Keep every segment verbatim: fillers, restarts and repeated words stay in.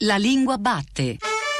La lingua batte.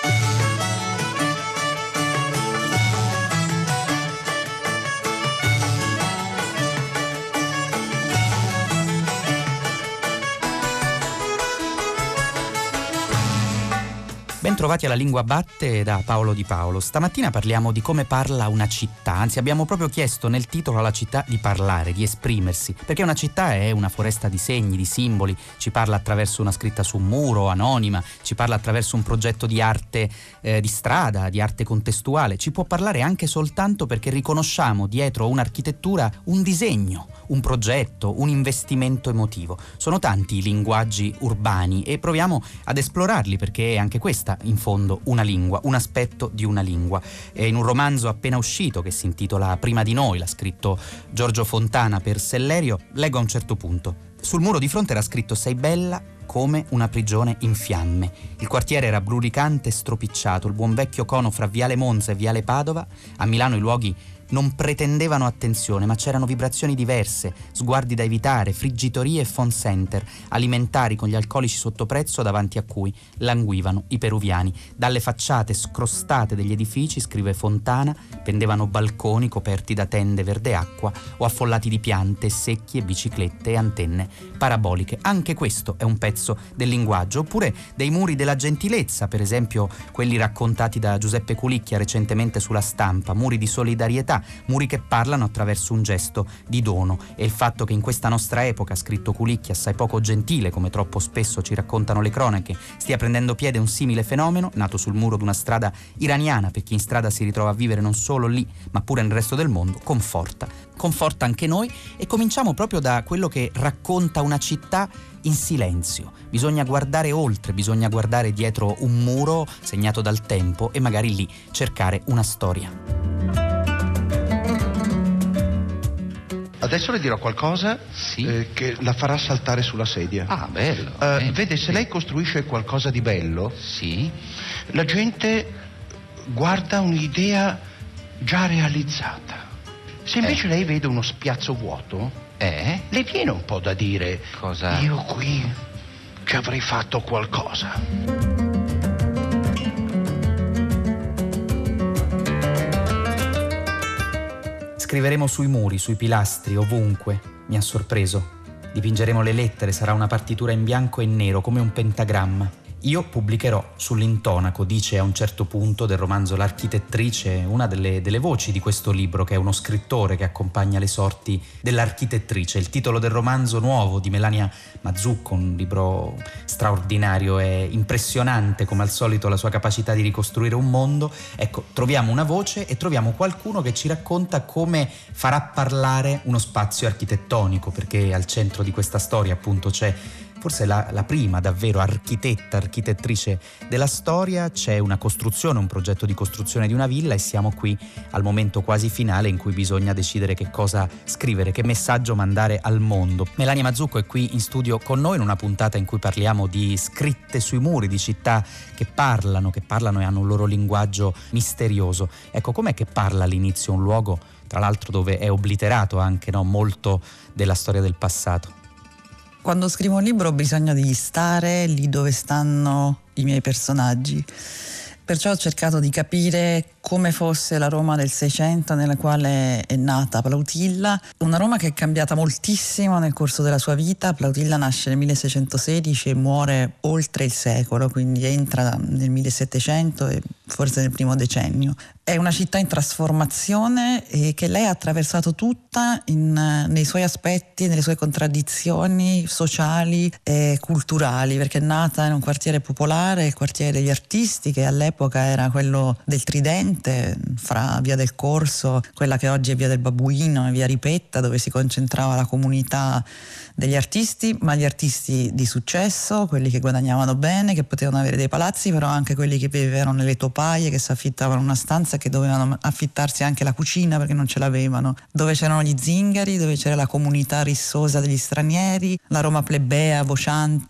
Bentrovati alla Lingua Batte da Paolo Di Paolo. Stamattina parliamo di come parla una città, anzi abbiamo proprio chiesto nel titolo alla città di parlare, di esprimersi, perché una città è una foresta di segni, di simboli, ci parla attraverso una scritta su un muro, anonima, ci parla attraverso un progetto di arte eh, di strada, di arte contestuale, ci può parlare anche soltanto perché riconosciamo dietro un'architettura un disegno, un progetto, un investimento emotivo. Sono tanti i linguaggi urbani e proviamo ad esplorarli perché è anche questa in fondo una lingua, un aspetto di una lingua. E in un romanzo appena uscito che si intitola Prima di noi, l'ha scritto Giorgio Fontana per Sellerio, leggo a un certo punto: sul muro di fronte era scritto "Sei bella come una prigione in fiamme". Il quartiere era brulicante e stropicciato, il buon vecchio cono fra Viale Monza e Viale Padova. A Milano i luoghi non pretendevano attenzione, ma c'erano vibrazioni diverse, sguardi da evitare, friggitorie e phone center, alimentari con gli alcolici sotto prezzo davanti a cui languivano i peruviani. Dalle facciate scrostate degli edifici, scrive Fontana, pendevano balconi coperti da tende verde acqua o affollati di piante, secchi e biciclette e antenne paraboliche. Anche questo è un pezzo del linguaggio. Oppure dei muri della gentilezza, per esempio quelli raccontati da Giuseppe Culicchia recentemente sulla Stampa, muri di solidarietà, muri che parlano attraverso un gesto di dono. E il fatto che in questa nostra epoca, scritto Culicchia, assai poco gentile, come troppo spesso ci raccontano le cronache, stia prendendo piede un simile fenomeno, nato sul muro di una strada iraniana, per chi in strada si ritrova a vivere non solo lì, ma pure nel resto del mondo, conforta. Conforta anche noi e cominciamo proprio da quello che racconta una città in silenzio. Bisogna guardare oltre, bisogna guardare dietro un muro segnato dal tempo e magari lì cercare una storia. Adesso le dirò qualcosa Sì. eh, che la farà saltare sulla sedia. Ah, bello. Eh, bene. vede, se lei costruisce qualcosa di bello, Sì. la gente guarda un'idea già realizzata. Se invece Eh. lei vede uno spiazzo vuoto, Eh? le viene un po' da dire: Cosa? io qui ci avrei fatto qualcosa. Scriveremo sui muri, sui pilastri, ovunque. Mi ha sorpreso. Dipingeremo le lettere, sarà una partitura in bianco e nero, come un pentagramma. Io pubblicherò sull'intonaco, dice a un certo punto del romanzo L'architettrice, una delle, delle voci di questo libro, che è uno scrittore che accompagna le sorti dell'architettrice. Il titolo del romanzo nuovo di Melania Mazzucco, un libro straordinario e impressionante, come al solito la sua capacità di ricostruire un mondo. Ecco, troviamo una voce e troviamo qualcuno che ci racconta come farà parlare uno spazio architettonico, perché al centro di questa storia appunto c'è forse la, la prima davvero architetta, architettrice della storia. C'è una costruzione, un progetto di costruzione di una villa e siamo qui al momento quasi finale in cui bisogna decidere che cosa scrivere, che messaggio mandare al mondo. Melania Mazzucco è qui in studio con noi in una puntata in cui parliamo di scritte sui muri, di città che parlano, che parlano e hanno un loro linguaggio misterioso. Ecco, com'è che parla all'inizio un luogo, tra l'altro dove è obliterato anche, no, molto della storia del passato? Quando scrivo un libro ho bisogno di stare lì dove stanno i miei personaggi. Perciò ho cercato di capire come fosse la Roma del Seicento nella quale è nata Plautilla, una Roma che è cambiata moltissimo nel corso della sua vita. Plautilla nasce nel milleseicentosedici e muore oltre il secolo, quindi entra nel millesettecento e forse nel primo decennio. È una città in trasformazione e che lei ha attraversato tutta in, nei suoi aspetti, nelle sue contraddizioni sociali e culturali, perché è nata in un quartiere popolare, il quartiere degli artisti, che all'epoca era quello del Tridente, fra Via del Corso, quella che oggi è Via del Babuino, e Via Ripetta, dove si concentrava la comunità degli artisti, ma gli artisti di successo, quelli che guadagnavano bene, che potevano avere dei palazzi, però anche quelli che vivevano nelle topaie, che si affittavano una stanza, che dovevano affittarsi anche la cucina perché non ce l'avevano, dove c'erano gli zingari, dove c'era la comunità rissosa degli stranieri, la Roma plebea, vociante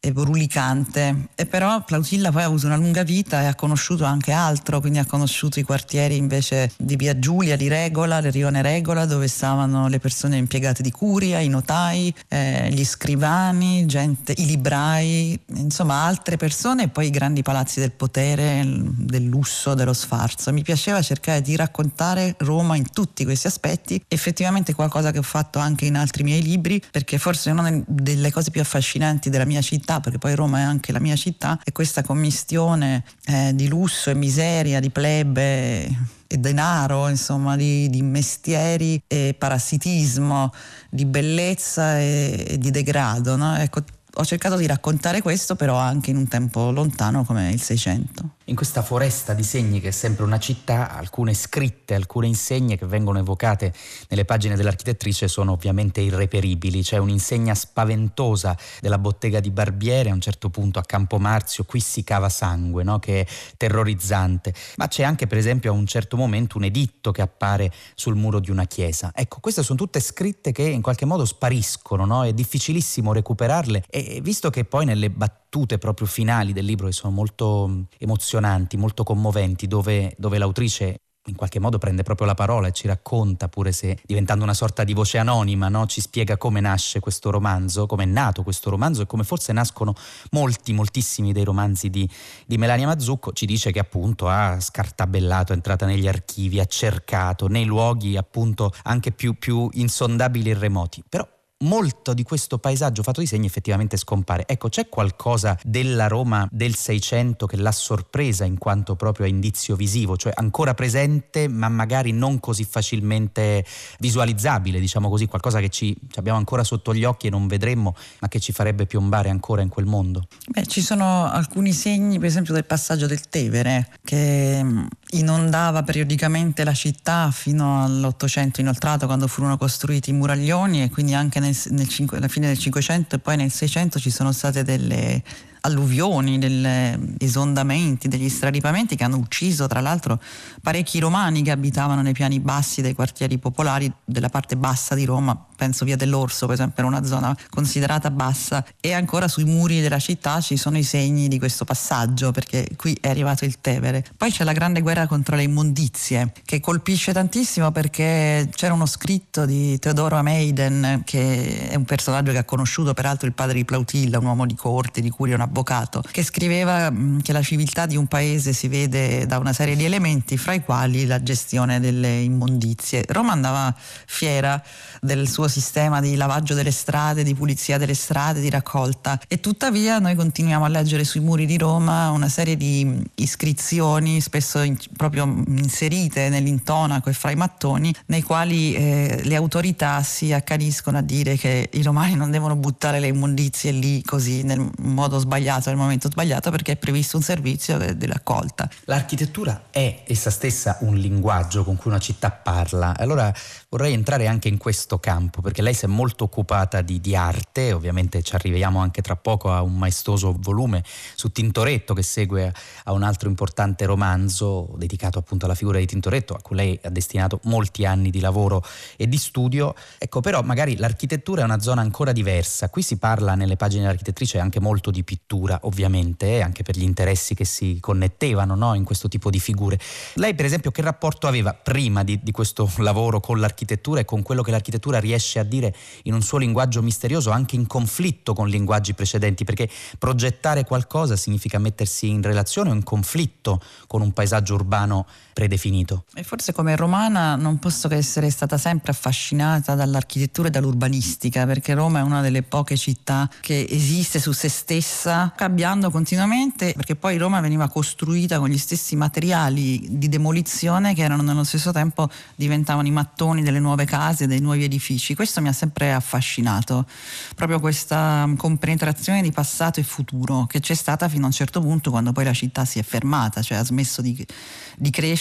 e brulicante. E però Plautilla poi ha avuto una lunga vita e ha conosciuto anche altro, quindi ha conosciuto i quartieri invece di Via Giulia, di Regola, le Rione Regola, dove stavano le persone impiegate di curia, i notai, eh, gli scrivani, gente, i librai, insomma altre persone, e poi i grandi palazzi del potere, del lusso, dello sfarzo. Mi piaceva cercare di raccontare Roma in tutti questi aspetti, effettivamente qualcosa che ho fatto anche in altri miei libri, perché forse una delle cose più affascinanti della mia città, perché poi Roma è anche la mia città, è questa commistione eh, di lusso e miseria, di plebe e denaro, insomma, di, di mestieri e parassitismo, di bellezza e, e di degrado, no? Ecco, ho cercato di raccontare questo, però anche in un tempo lontano come il Seicento. In questa foresta di segni che è sempre una città, alcune scritte, alcune insegne che vengono evocate nelle pagine dell'architettrice sono ovviamente irreperibili. C'è un'insegna spaventosa della bottega di Barbiere a un certo punto a Campomarzio, qui si cava sangue, no? Che è terrorizzante. Ma c'è anche per esempio a un certo momento un editto che appare sul muro di una chiesa. Ecco, queste sono tutte scritte che in qualche modo spariscono, no? È difficilissimo recuperarle, e visto che poi nelle battute proprio finali del libro, che sono molto emozionanti, molto commoventi, dove, dove l'autrice in qualche modo prende proprio la parola e ci racconta, pure se diventando una sorta di voce anonima, no? Ci spiega come nasce questo romanzo, come è nato questo romanzo e come forse nascono molti, moltissimi dei romanzi di, di Melania Mazzucco. Ci dice che appunto ha scartabellato, è entrata negli archivi, ha cercato nei luoghi appunto anche più, più insondabili e remoti. Però molto di questo paesaggio fatto di segni effettivamente scompare. Ecco, c'è qualcosa della Roma del Seicento che l'ha sorpresa in quanto proprio a indizio visivo, cioè ancora presente ma magari non così facilmente visualizzabile, diciamo così, qualcosa che ci, ci abbiamo ancora sotto gli occhi e non vedremmo, ma che ci farebbe piombare ancora in quel mondo? Beh, ci sono alcuni segni, per esempio del passaggio del Tevere, che inondava periodicamente la città fino all'Ottocento inoltrato, quando furono costruiti i muraglioni, e quindi anche nel, nel cinque, alla fine del Cinquecento e poi nel Seicento ci sono state delle alluvioni, degli esondamenti, degli straripamenti che hanno ucciso tra l'altro parecchi romani che abitavano nei piani bassi dei quartieri popolari della parte bassa di Roma. Penso Via dell'Orso, per esempio, era una zona considerata bassa, e ancora sui muri della città ci sono i segni di questo passaggio, perché qui è arrivato il Tevere. Poi c'è la grande guerra contro le immondizie, che colpisce tantissimo, perché c'era uno scritto di Teodoro Ameiden, che è un personaggio che ha conosciuto peraltro il padre di Plautilla, un uomo di corte, di curia, un avvocato, che scriveva mh, che la civiltà di un paese si vede da una serie di elementi, fra i quali la gestione delle immondizie. Roma andava fiera del suo sistema di lavaggio delle strade, di pulizia delle strade, di raccolta, e tuttavia noi continuiamo a leggere sui muri di Roma una serie di iscrizioni, spesso in, proprio inserite nell'intonaco e fra i mattoni, nei quali eh, le autorità si accaniscono a dire che i romani non devono buttare le immondizie lì così nel modo sbagliato, nel momento sbagliato, perché è previsto un servizio di raccolta. L'architettura è essa stessa un linguaggio con cui una città parla. Allora vorrei entrare anche in questo campo, perché lei si è molto occupata di, di arte, ovviamente ci arriviamo anche tra poco a un maestoso volume su Tintoretto che segue a un altro importante romanzo dedicato appunto alla figura di Tintoretto, a cui lei ha destinato molti anni di lavoro e di studio. Ecco, però magari l'architettura è una zona ancora diversa. Qui si parla nelle pagine dell'architettrice anche molto di pittura, ovviamente, anche per gli interessi che si connettevano, no, in questo tipo di figure. Lei per esempio che rapporto aveva prima di, di questo lavoro con l'architettura e con quello che l'architettura riesce a dire in un suo linguaggio misterioso, anche in conflitto con linguaggi precedenti, perché progettare qualcosa significa mettersi in relazione o in conflitto con un paesaggio urbano predefinito? E forse come romana non posso che essere stata sempre affascinata dall'architettura e dall'urbanistica, perché Roma è una delle poche città che esiste su se stessa, cambiando continuamente, perché poi Roma veniva costruita con gli stessi materiali di demolizione che erano nello stesso tempo diventavano i mattoni delle nuove case, dei nuovi edifici. Questo mi ha sempre affascinato, proprio questa compenetrazione di passato e futuro che c'è stata fino a un certo punto, quando poi la città si è fermata, cioè ha smesso di, di crescere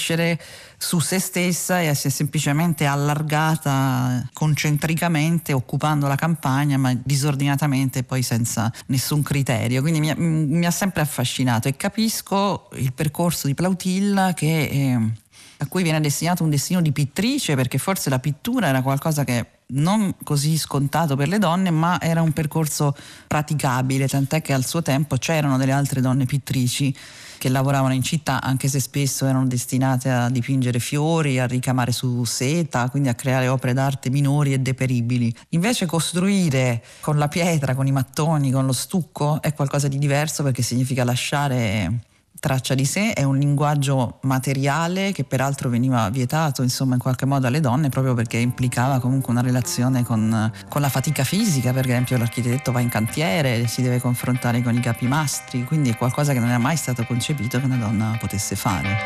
su se stessa e si è semplicemente allargata concentricamente, occupando la campagna, ma disordinatamente, poi senza nessun criterio. Quindi mi ha, mi ha sempre affascinato, e capisco il percorso di Plautilla, che eh, a cui viene destinato un destino di pittrice, perché forse la pittura era qualcosa che non così scontato per le donne, ma era un percorso praticabile, tant'è che al suo tempo c'erano delle altre donne pittrici che lavoravano in città, anche se spesso erano destinate a dipingere fiori, a ricamare su seta, quindi a creare opere d'arte minori e deperibili. Invece costruire con la pietra, con i mattoni, con lo stucco è qualcosa di diverso, perché significa lasciare traccia di sé, è un linguaggio materiale che peraltro veniva vietato insomma in qualche modo alle donne, proprio perché implicava comunque una relazione con, con la fatica fisica. Per esempio l'architetto va in cantiere, si deve confrontare con i capimastri, quindi è qualcosa che non era mai stato concepito che una donna potesse fare.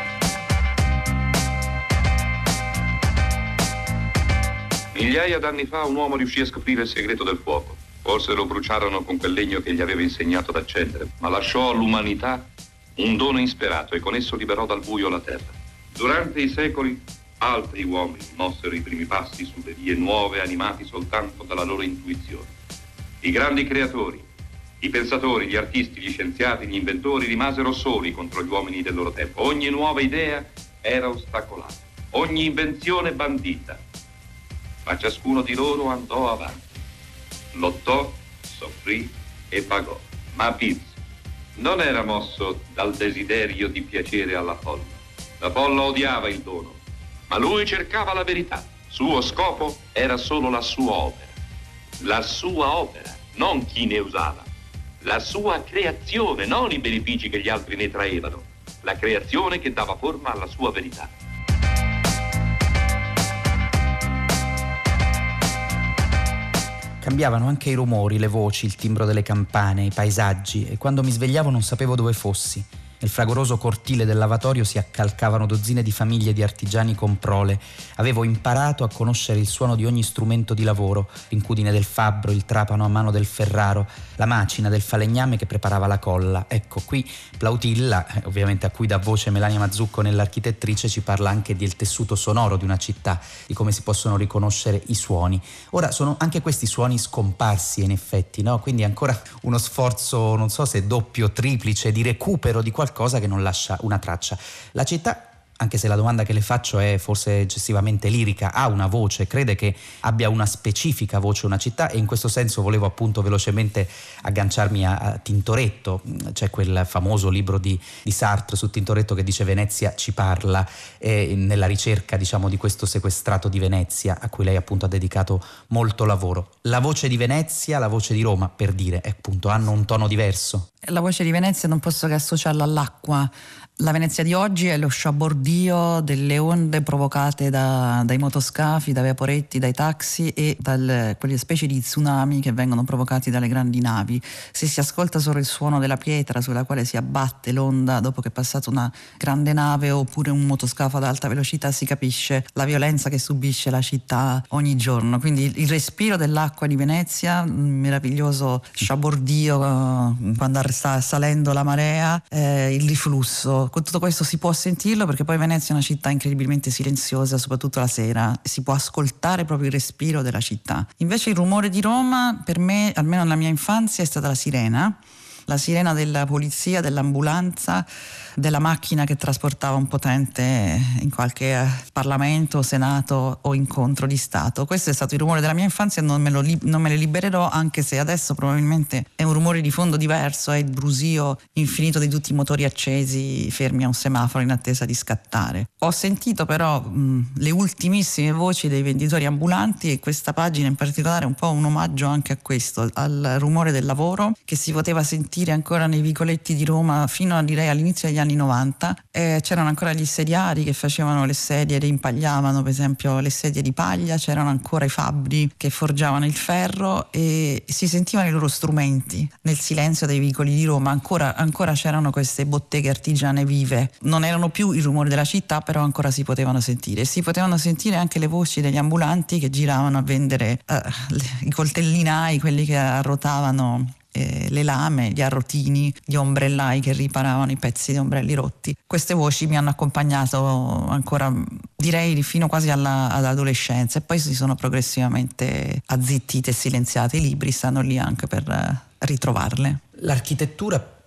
Migliaia d'anni fa un uomo riuscì a scoprire il segreto del fuoco. Forse lo bruciarono con quel legno che gli aveva insegnato ad accendere, ma lasciò all'umanità un dono insperato e con esso liberò dal buio la terra. Durante i secoli altri uomini mossero i primi passi sulle vie nuove, animati soltanto dalla loro intuizione. I grandi creatori, i pensatori, gli artisti, gli scienziati, gli inventori rimasero soli contro gli uomini del loro tempo. Ogni nuova idea era ostacolata, ogni invenzione bandita, ma ciascuno di loro andò avanti, lottò, soffrì e pagò, ma vinse. Non era mosso dal desiderio di piacere alla folla. La folla odiava il dono, ma lui cercava la verità. Suo scopo era solo la sua opera. La sua opera, non chi ne usava. La sua creazione, non i benefici che gli altri ne traevano. La creazione che dava forma alla sua verità. Cambiavano anche i rumori, le voci, il timbro delle campane, i paesaggi, e quando mi svegliavo non sapevo dove fossi. Nel fragoroso cortile del lavatorio si accalcavano dozzine di famiglie di artigiani con prole. Avevo imparato a conoscere il suono di ogni strumento di lavoro, l'incudine del fabbro, il trapano a mano del ferraro, la macina del falegname che preparava la colla. Ecco, qui Plautilla, ovviamente a cui dà voce Melania Mazzucco nell'Architettrice, ci parla anche del tessuto sonoro di una città, di come si possono riconoscere i suoni. Ora, sono anche questi suoni scomparsi in effetti, no? Quindi ancora uno sforzo, non so se doppio, triplice, di recupero di qualcosa cosa che non lascia una traccia. La città, anche se la domanda che le faccio è forse eccessivamente lirica, ha una voce, crede che abbia una specifica voce una città, e in questo senso volevo appunto velocemente agganciarmi a, a Tintoretto. C'è quel famoso libro di, di Sartre su Tintoretto che dice Venezia ci parla, e nella ricerca diciamo di questo sequestrato di Venezia a cui lei appunto ha dedicato molto lavoro. La voce di Venezia, la voce di Roma, per dire, appunto hanno un tono diverso. La voce di Venezia non posso che associarla all'acqua. La Venezia di oggi è lo sciabordio delle onde provocate da, dai motoscafi, dai vaporetti, dai taxi e da quelle specie di tsunami che vengono provocati dalle grandi navi. Se si ascolta solo il suono della pietra sulla quale si abbatte l'onda dopo che è passata una grande nave oppure un motoscafo ad alta velocità, si capisce la violenza che subisce la città ogni giorno. Quindi il respiro dell'acqua di Venezia, un meraviglioso sciabordio quando sta salendo la marea, eh, il riflusso. Con tutto questo si può sentirlo, perché poi Venezia è una città incredibilmente silenziosa, soprattutto la sera, si può ascoltare proprio il respiro della città. Invece il rumore di Roma, per me, almeno nella mia infanzia, è stata la sirena, la sirena della polizia, dell'ambulanza, della macchina che trasportava un potente in qualche Parlamento, Senato o incontro di Stato. Questo è stato il rumore della mia infanzia e non me, lo li- non me le libererò, anche se adesso probabilmente è un rumore di fondo diverso, è il brusio infinito di tutti i motori accesi fermi a un semaforo in attesa di scattare. Ho sentito però mh, le ultimissime voci dei venditori ambulanti, e questa pagina in particolare è un po' un omaggio anche a questo, al rumore del lavoro che si poteva sentire ancora nei vicoletti di Roma fino a, direi all'inizio degli anni novanta. Eh, c'erano ancora gli sediari che facevano le sedie, le impagliavano, per esempio le sedie di paglia, c'erano ancora i fabbri che forgiavano il ferro e si sentivano i loro strumenti nel silenzio dei vicoli di Roma. Ancora, ancora c'erano queste botteghe artigiane vive, non erano più il rumore della città, però ancora si potevano sentire. Si potevano sentire anche le voci degli ambulanti che giravano a vendere eh, le, i coltellinai, quelli che arrotavano Eh, le lame, gli arrotini, gli ombrellai che riparavano i pezzi di ombrelli rotti. Queste voci mi hanno accompagnato ancora, direi, fino quasi alla, all'adolescenza, e poi si sono progressivamente azzittite e silenziate. I libri stanno lì anche per eh, ritrovarle. L'architettura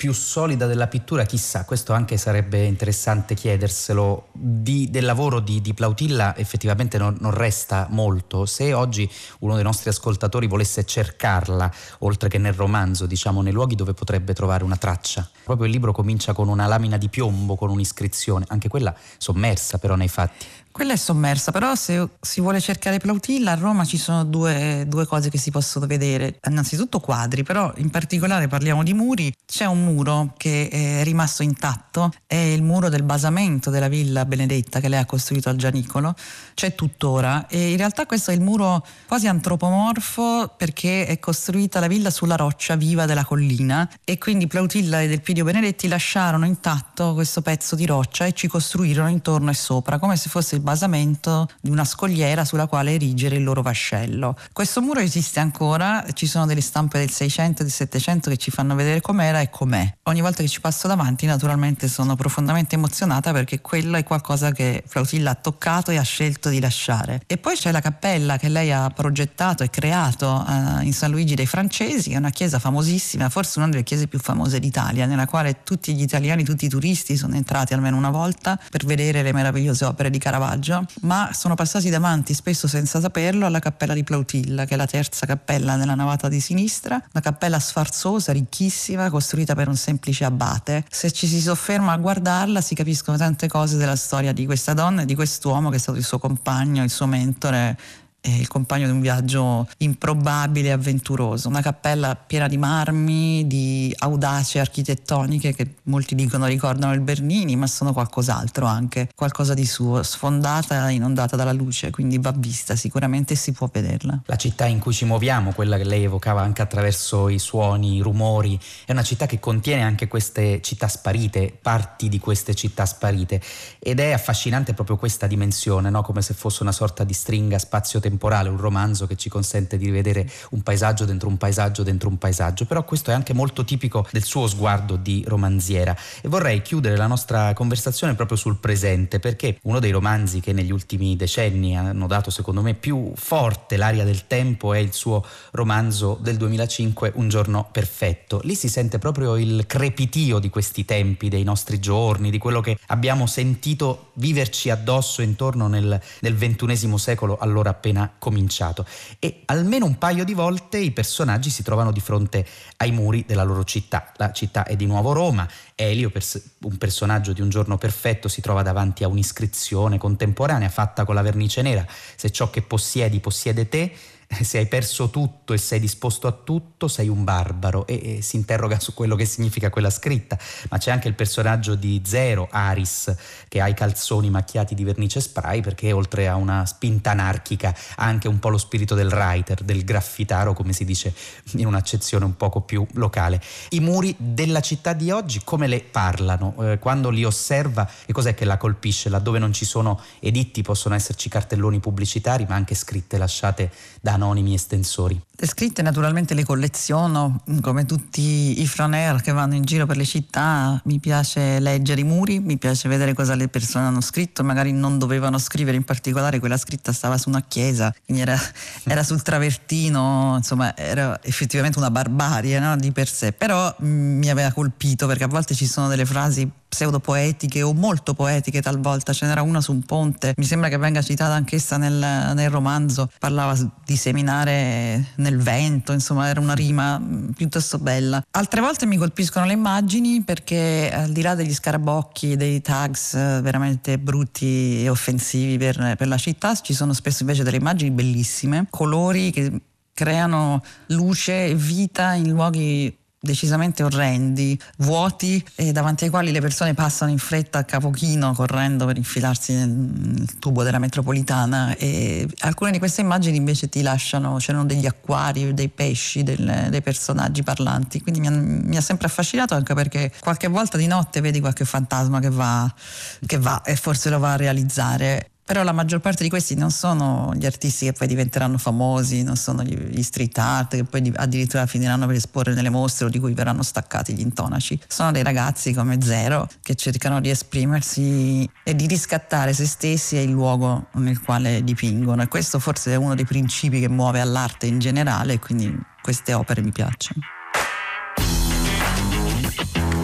più solida della pittura, chissà, questo anche sarebbe interessante chiederselo. Di, del lavoro di, di Plautilla effettivamente non, non resta molto. Se oggi uno dei nostri ascoltatori volesse cercarla, oltre che nel romanzo, diciamo nei luoghi dove potrebbe trovare una traccia, proprio il libro comincia con una lamina di piombo, con un'iscrizione, anche quella sommersa però nei fatti. Quella è sommersa, però se si vuole cercare Plautilla a Roma ci sono due, due cose che si possono vedere. Innanzitutto quadri, però in particolare parliamo di muri. C'è un muro che è rimasto intatto, è il muro del basamento della Villa Benedetta che lei ha costruito al Gianicolo, c'è tuttora, e in realtà questo è il muro quasi antropomorfo perché è costruita la villa sulla roccia viva della collina, e quindi Plautilla ed Elpidio Benedetti lasciarono intatto questo pezzo di roccia e ci costruirono intorno e sopra, come se fosse il basamento di una scogliera sulla quale erigere il loro vascello. Questo muro esiste ancora, ci sono delle stampe del Seicento e del Settecento che ci fanno vedere com'era e com'è. Ogni volta che ci passo davanti naturalmente sono profondamente emozionata perché quello è qualcosa che Plautilla ha toccato e ha scelto di lasciare. E poi c'è la cappella che lei ha progettato e creato eh, in San Luigi dei Francesi, che è una chiesa famosissima, forse una delle chiese più famose d'Italia, nella quale tutti gli italiani, tutti i turisti sono entrati almeno una volta per vedere le meravigliose opere di Caravaggio, ma sono passati davanti, spesso senza saperlo, alla cappella di Plautilla, che è la terza cappella nella navata di sinistra, una cappella sfarzosa, ricchissima, costruita per un semplice abate. Se ci si sofferma a guardarla si capiscono tante cose della storia di questa donna e di quest'uomo che è stato il suo compagno, il suo mentore, è il compagno di un viaggio improbabile e avventuroso. Una cappella piena di marmi, di audace architettoniche che molti dicono ricordano il Bernini, ma sono qualcos'altro anche, qualcosa di suo, sfondata, inondata dalla luce, quindi va vista sicuramente e si può vederla. La città in cui ci muoviamo, quella che lei evocava anche attraverso i suoni, i rumori, è una città che contiene anche queste città sparite, parti di queste città sparite, ed è affascinante proprio questa dimensione, no? Come se fosse una sorta di stringa spazio-temporale, un romanzo che ci consente di rivedere un paesaggio dentro un paesaggio dentro un paesaggio, però questo è anche molto tipico del suo sguardo di romanziera. E vorrei chiudere la nostra conversazione proprio sul presente, perché uno dei romanzi che negli ultimi decenni hanno dato secondo me più forte l'aria del tempo è il suo romanzo del duemilacinque Un giorno perfetto. Lì si sente proprio il crepitio di questi tempi, dei nostri giorni, di quello che abbiamo sentito viverci addosso intorno nel, nel ventunesimo secolo, allora appena cominciato, e almeno un paio di volte i personaggi si trovano di fronte ai muri della loro città. La città è di nuovo Roma. Elio, pers- un personaggio di Un giorno perfetto, si trova davanti a un'iscrizione contemporanea fatta con la vernice nera: se ciò che possiedi possiede te, se hai perso tutto e sei disposto a tutto, sei un barbaro. E, e si interroga su quello che significa quella scritta. Ma c'è anche il personaggio di Zero, Aris, che ha i calzoni macchiati di vernice spray perché oltre a una spinta anarchica ha anche un po' lo spirito del writer, del graffitaro, come si dice in un'accezione un poco più locale. I muri della città di oggi come le parlano? Eh, quando li osserva, che cos'è che la colpisce? Laddove non ci sono editti possono esserci cartelloni pubblicitari, ma anche scritte lasciate da anonimi estensori. Le scritte naturalmente le colleziono, come tutti i flaner che vanno in giro per le città. Mi piace leggere i muri, mi piace vedere cosa le persone hanno scritto, magari non dovevano scrivere, in particolare quella scritta stava su una chiesa, quindi era, era sul travertino, insomma era effettivamente una barbarie, no? Di per sé, però mh, mi aveva colpito perché a volte ci sono delle frasi pseudopoetiche o molto poetiche talvolta. Ce n'era una su un ponte, mi sembra che venga citata anch'essa nel, nel romanzo, parlava di seminare nel vento, insomma era una rima piuttosto bella. Altre volte mi colpiscono le immagini perché al di là degli scarabocchi, dei tags veramente brutti e offensivi per, per la città, ci sono spesso invece delle immagini bellissime, colori che creano luce e vita in luoghi decisamente orrendi, vuoti, e davanti ai quali le persone passano in fretta a capo chino correndo per infilarsi nel, nel tubo della metropolitana. E alcune di queste immagini invece ti lasciano, c'erano degli acquari, dei pesci, del, dei personaggi parlanti, quindi mi ha, mi ha sempre affascinato, anche perché qualche volta di notte vedi qualche fantasma che va, che va e forse lo va a realizzare. Però la maggior parte di questi non sono gli artisti che poi diventeranno famosi, non sono gli, gli street art che poi addirittura finiranno per esporre nelle mostre o di cui verranno staccati gli intonaci. Sono dei ragazzi come Zero che cercano di esprimersi e di riscattare se stessi e il luogo nel quale dipingono, e questo forse è uno dei principi che muove all'arte in generale, e quindi queste opere mi piacciono.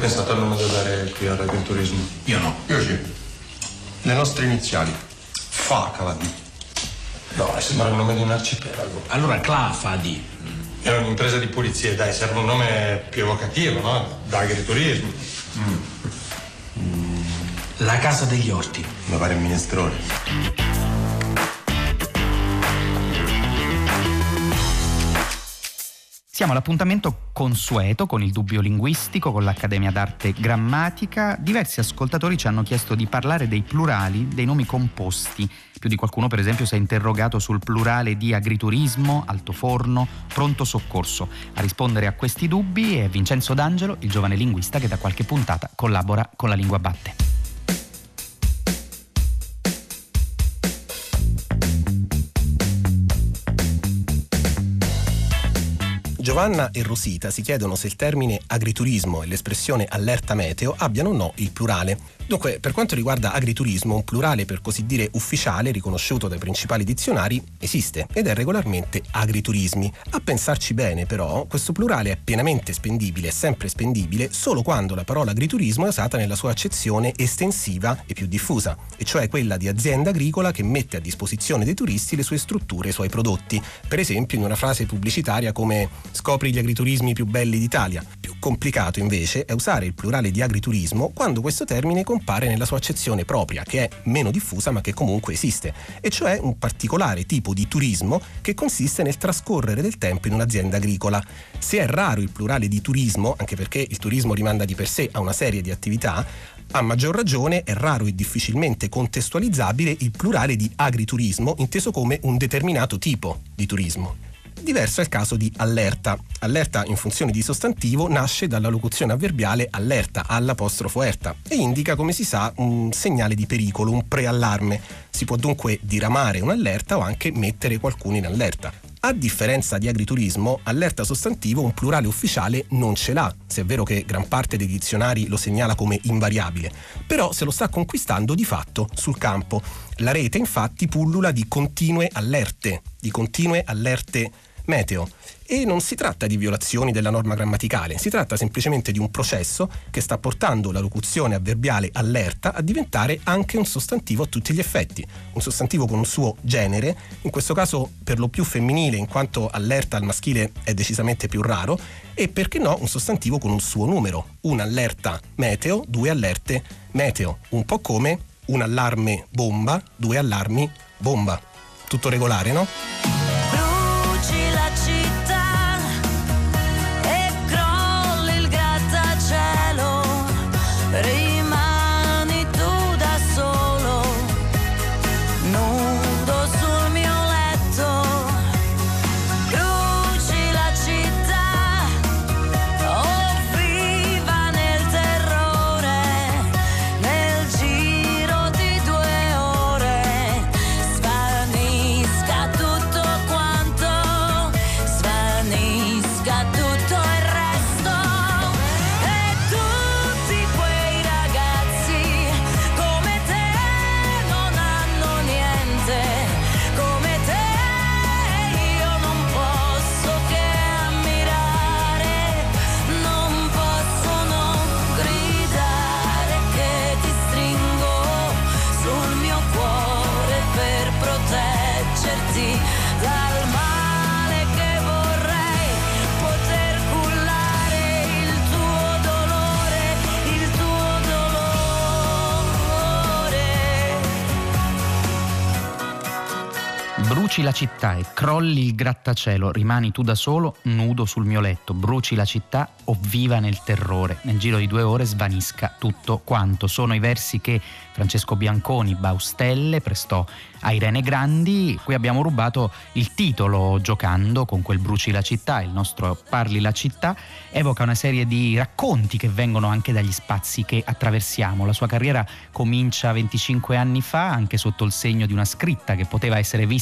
pensato al nome da dare qui al Agriturismo? Io no. Io sì. Le nostre iniziali. Facaladi. No, sembra il nome di un arcipelago. Allora Clafadi. È un'impresa di pulizia, dai, serve un nome più evocativo, no? Da Agriturismo. Mm. Mm. La casa degli orti. Mi pare il minestrone. Siamo all'appuntamento consueto con il Dubbio Linguistico, con l'Accademia d'Arte Grammatica. Diversi ascoltatori ci hanno chiesto di parlare dei plurali dei nomi composti. Più di qualcuno, per esempio, si è interrogato sul plurale di agriturismo, altoforno, pronto soccorso. A rispondere a questi dubbi è Vincenzo D'Angelo, il giovane linguista che da qualche puntata collabora con La Lingua Batte. Giovanna e Rosita si chiedono se il termine agriturismo e l'espressione allerta meteo abbiano o no il plurale. Dunque, per quanto riguarda agriturismo, un plurale per così dire ufficiale, riconosciuto dai principali dizionari, esiste ed è regolarmente agriturismi. A pensarci bene, però, questo plurale è pienamente spendibile, è sempre spendibile, solo quando la parola agriturismo è usata nella sua accezione estensiva e più diffusa, e cioè quella di azienda agricola che mette a disposizione dei turisti le sue strutture e i suoi prodotti. Per esempio, in una frase pubblicitaria come "scopri gli agriturismi più belli d'Italia". Più complicato, invece, è usare il plurale di agriturismo quando questo termine compare nella sua accezione propria, che è meno diffusa ma che comunque esiste, e cioè un particolare tipo di turismo che consiste nel trascorrere del tempo in un'azienda agricola. Se è raro il plurale di turismo, anche perché il turismo rimanda di per sé a una serie di attività, a maggior ragione è raro e difficilmente contestualizzabile il plurale di agriturismo, inteso come un determinato tipo di turismo. Diverso è il caso di allerta. Allerta in funzione di sostantivo nasce dalla locuzione avverbiale allerta, all'apostrofo erta, e indica, come si sa, un segnale di pericolo, un preallarme. Si può dunque diramare un'allerta o anche mettere qualcuno in allerta. A differenza di agriturismo, allerta sostantivo un plurale ufficiale non ce l'ha, se è vero che gran parte dei dizionari lo segnala come invariabile, però se lo sta conquistando di fatto sul campo. La rete infatti pullula di continue allerte, di continue allerte meteo, e non si tratta di violazioni della norma grammaticale, si tratta semplicemente di un processo che sta portando la locuzione avverbiale allerta a diventare anche un sostantivo a tutti gli effetti, un sostantivo con un suo genere, in questo caso per lo più femminile, in quanto allerta al maschile è decisamente più raro, e perché no un sostantivo con un suo numero, un'allerta meteo, due allerte meteo, un po' come un allarme bomba, due allarmi bomba. Tutto regolare, no? Rimani tu da solo, nudo sul mio letto, bruci la città, oh viva nel terrore, nel giro di due ore, svanisca tutto quanto, svanisca tutto il resto. Dal male che vorrei poter cullare il tuo dolore, il tuo dolore. Bruci la città e crolli il grattacielo, rimani tu da solo, nudo sul mio letto. Bruci la città o viva nel terrore. Nel giro di due ore svanisca tutto quanto. Sono i versi che Francesco Bianconi Baustelle prestò a Irene Grandi. Qui abbiamo rubato il titolo giocando con quel Bruci la città. Il nostro Parli la città evoca una serie di racconti che vengono anche dagli spazi che attraversiamo. La sua carriera comincia venticinque anni fa, anche sotto il segno di una scritta che poteva essere vista su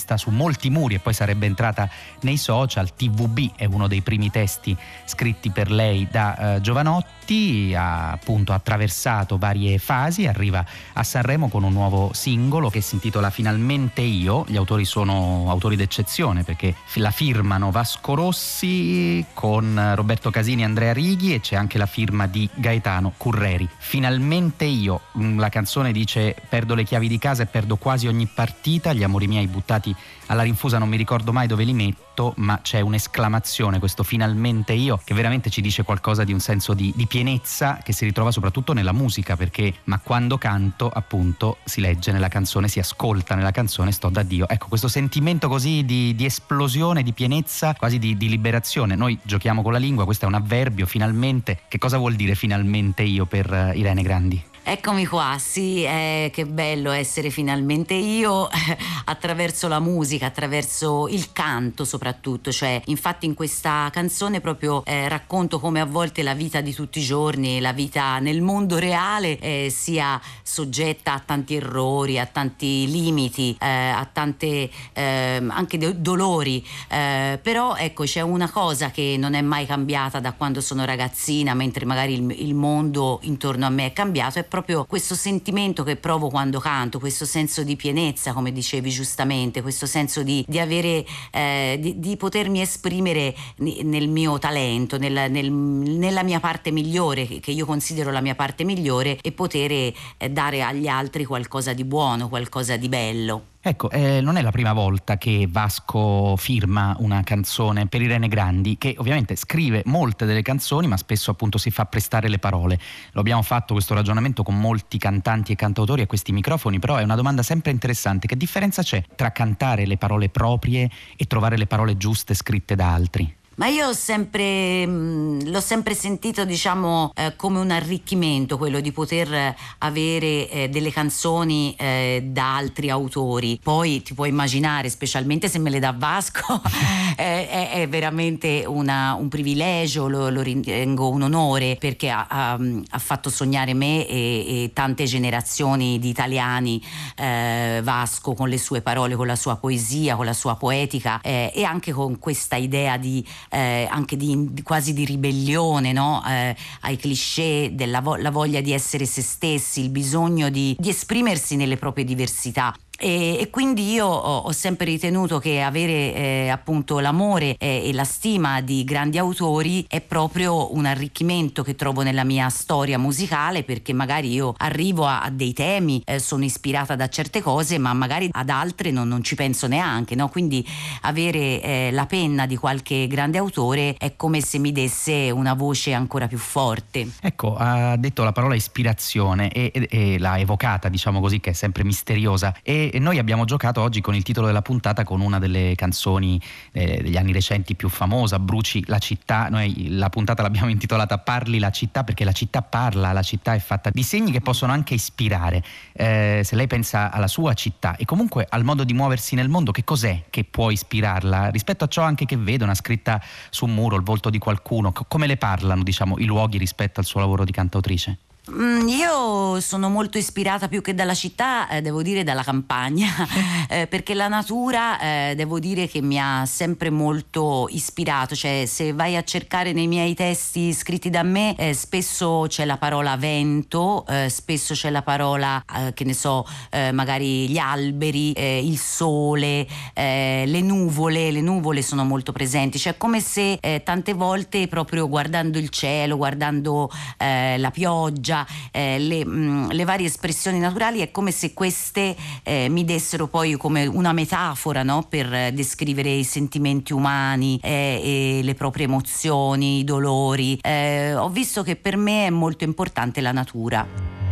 molti muri e poi sarebbe entrata nei social. T V B è uno dei primi testi scritti per lei da eh, Jovanotti, ha appunto attraversato varie fasi, arriva a Sanremo con un nuovo singolo che si intitola Finalmente io. Gli autori sono autori d'eccezione perché la firmano Vasco Rossi con Roberto Casini e Andrea Righi, e c'è anche la firma di Gaetano Curreri. Finalmente io, la canzone dice: perdo le chiavi di casa e perdo quasi ogni partita, gli amori miei buttati alla rinfusa non mi ricordo mai dove li metto, ma c'è un'esclamazione, questo finalmente io, che veramente ci dice qualcosa di un senso di, di pienezza che si ritrova soprattutto nella musica, perché ma quando canto, appunto, si legge nella canzone, si ascolta nella canzone sto da Dio. Ecco, questo sentimento così di, di esplosione, di pienezza, quasi di, di liberazione. Noi giochiamo con la lingua, questo è un avverbio, finalmente. Che cosa vuol dire finalmente io per uh, Irene Grandi? Eccomi qua, sì, eh, che bello essere finalmente io eh, attraverso la musica, attraverso il canto soprattutto, cioè infatti in questa canzone proprio eh, racconto come a volte la vita di tutti i giorni, la vita nel mondo reale eh, sia soggetta a tanti errori, a tanti limiti, eh, a tante eh, anche do- dolori, eh, però ecco c'è una cosa che non è mai cambiata da quando sono ragazzina, mentre magari il, il mondo intorno a me è cambiato, è proprio questo sentimento che provo quando canto, questo senso di pienezza, come dicevi giustamente, questo senso di, di avere eh, di, di potermi esprimere nel mio talento, nel, nel, nella mia parte migliore, che io considero la mia parte migliore, e poter eh, dare agli altri qualcosa di buono, qualcosa di bello. Ecco, eh, non è la prima volta che Vasco firma una canzone per Irene Grandi, che ovviamente scrive molte delle canzoni, ma spesso appunto si fa prestare le parole. Lo abbiamo fatto questo ragionamento con molti cantanti e cantautori a questi microfoni, però è una domanda sempre interessante. Che differenza c'è tra cantare le parole proprie e trovare le parole giuste scritte da altri? Ma io ho sempre mh, l'ho sempre sentito, diciamo, eh, come un arricchimento quello di poter avere eh, delle canzoni eh, da altri autori. Poi ti puoi immaginare, specialmente se me le dà Vasco, eh, è, è veramente una, un privilegio, lo, lo ritengo un onore, perché ha, ha, ha fatto sognare me e, e tante generazioni di italiani, eh, Vasco, con le sue parole, con la sua poesia, con la sua poetica, eh, e anche con questa idea di Eh, anche di, di quasi di ribellione, no? eh, ai cliché della vo- la voglia di essere se stessi, il bisogno di, di esprimersi nelle proprie diversità. E, e quindi io ho, ho sempre ritenuto che avere eh, appunto l'amore eh, e la stima di grandi autori è proprio un arricchimento che trovo nella mia storia musicale, perché magari io arrivo a, a dei temi, eh, sono ispirata da certe cose, ma magari ad altre non, non ci penso neanche, no? Quindi avere eh, la penna di qualche grande autore è come se mi desse una voce ancora più forte. Ecco, ha detto la parola ispirazione e, e, e l'ha evocata, diciamo così, che è sempre misteriosa, e E noi abbiamo giocato oggi con il titolo della puntata con una delle canzoni eh, degli anni recenti più famosa, Bruci la città. Noi la puntata l'abbiamo intitolata Parli la città, perché la città parla, la città è fatta di segni che possono anche ispirare. Eh, se lei pensa alla sua città e comunque al modo di muoversi nel mondo, che cos'è che può ispirarla? Rispetto a ciò anche che vede, una scritta su un muro, il volto di qualcuno, co- come le parlano, diciamo, i luoghi rispetto al suo lavoro di cantautrice? Mm, io sono molto ispirata, più che dalla città, eh, devo dire dalla campagna, eh, perché la natura, eh, devo dire che mi ha sempre molto ispirato. Cioè, se vai a cercare nei miei testi scritti da me, eh, spesso c'è la parola vento, eh, spesso c'è la parola, eh, che ne so, eh, magari gli alberi, eh, il sole, eh, le nuvole, le nuvole sono molto presenti. Cioè, come se eh, tante volte, proprio guardando il cielo, guardando eh, la pioggia, Eh, le, mh, le varie espressioni naturali, è come se queste eh, mi dessero poi come una metafora, no? Per eh, descrivere i sentimenti umani, eh, e le proprie emozioni, i dolori. Eh, ho visto che per me è molto importante la natura.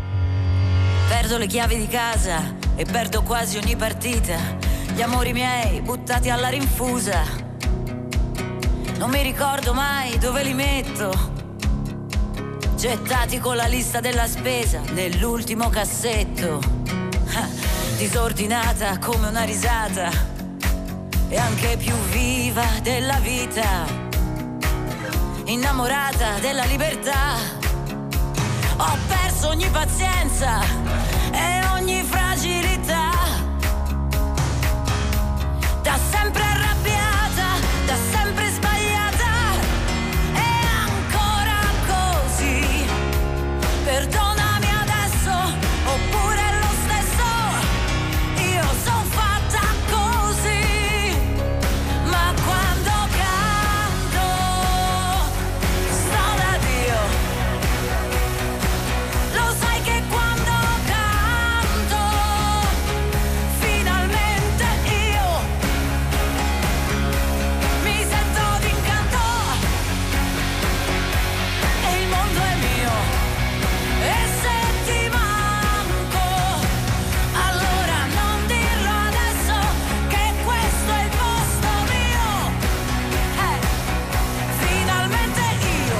Perdo le chiavi di casa e perdo quasi ogni partita, gli amori miei buttati alla rinfusa, non mi ricordo mai dove li metto, gettati con la lista della spesa nell'ultimo cassetto, disordinata come una risata e anche più viva della vita, innamorata della libertà. Ho perso ogni pazienza e ogni fragilità, da sempre arrabbiata, da sempre sbagliata, e ancora così. Perdonami adesso, oppure lo stesso, io son fatta così. Ma quando canto sto da Dio. Lo sai che quando canto finalmente io mi sento d'incanto e il mondo è mio. E se ti manco, allora non dirlo adesso che questo è il posto mio. Eh, finalmente io.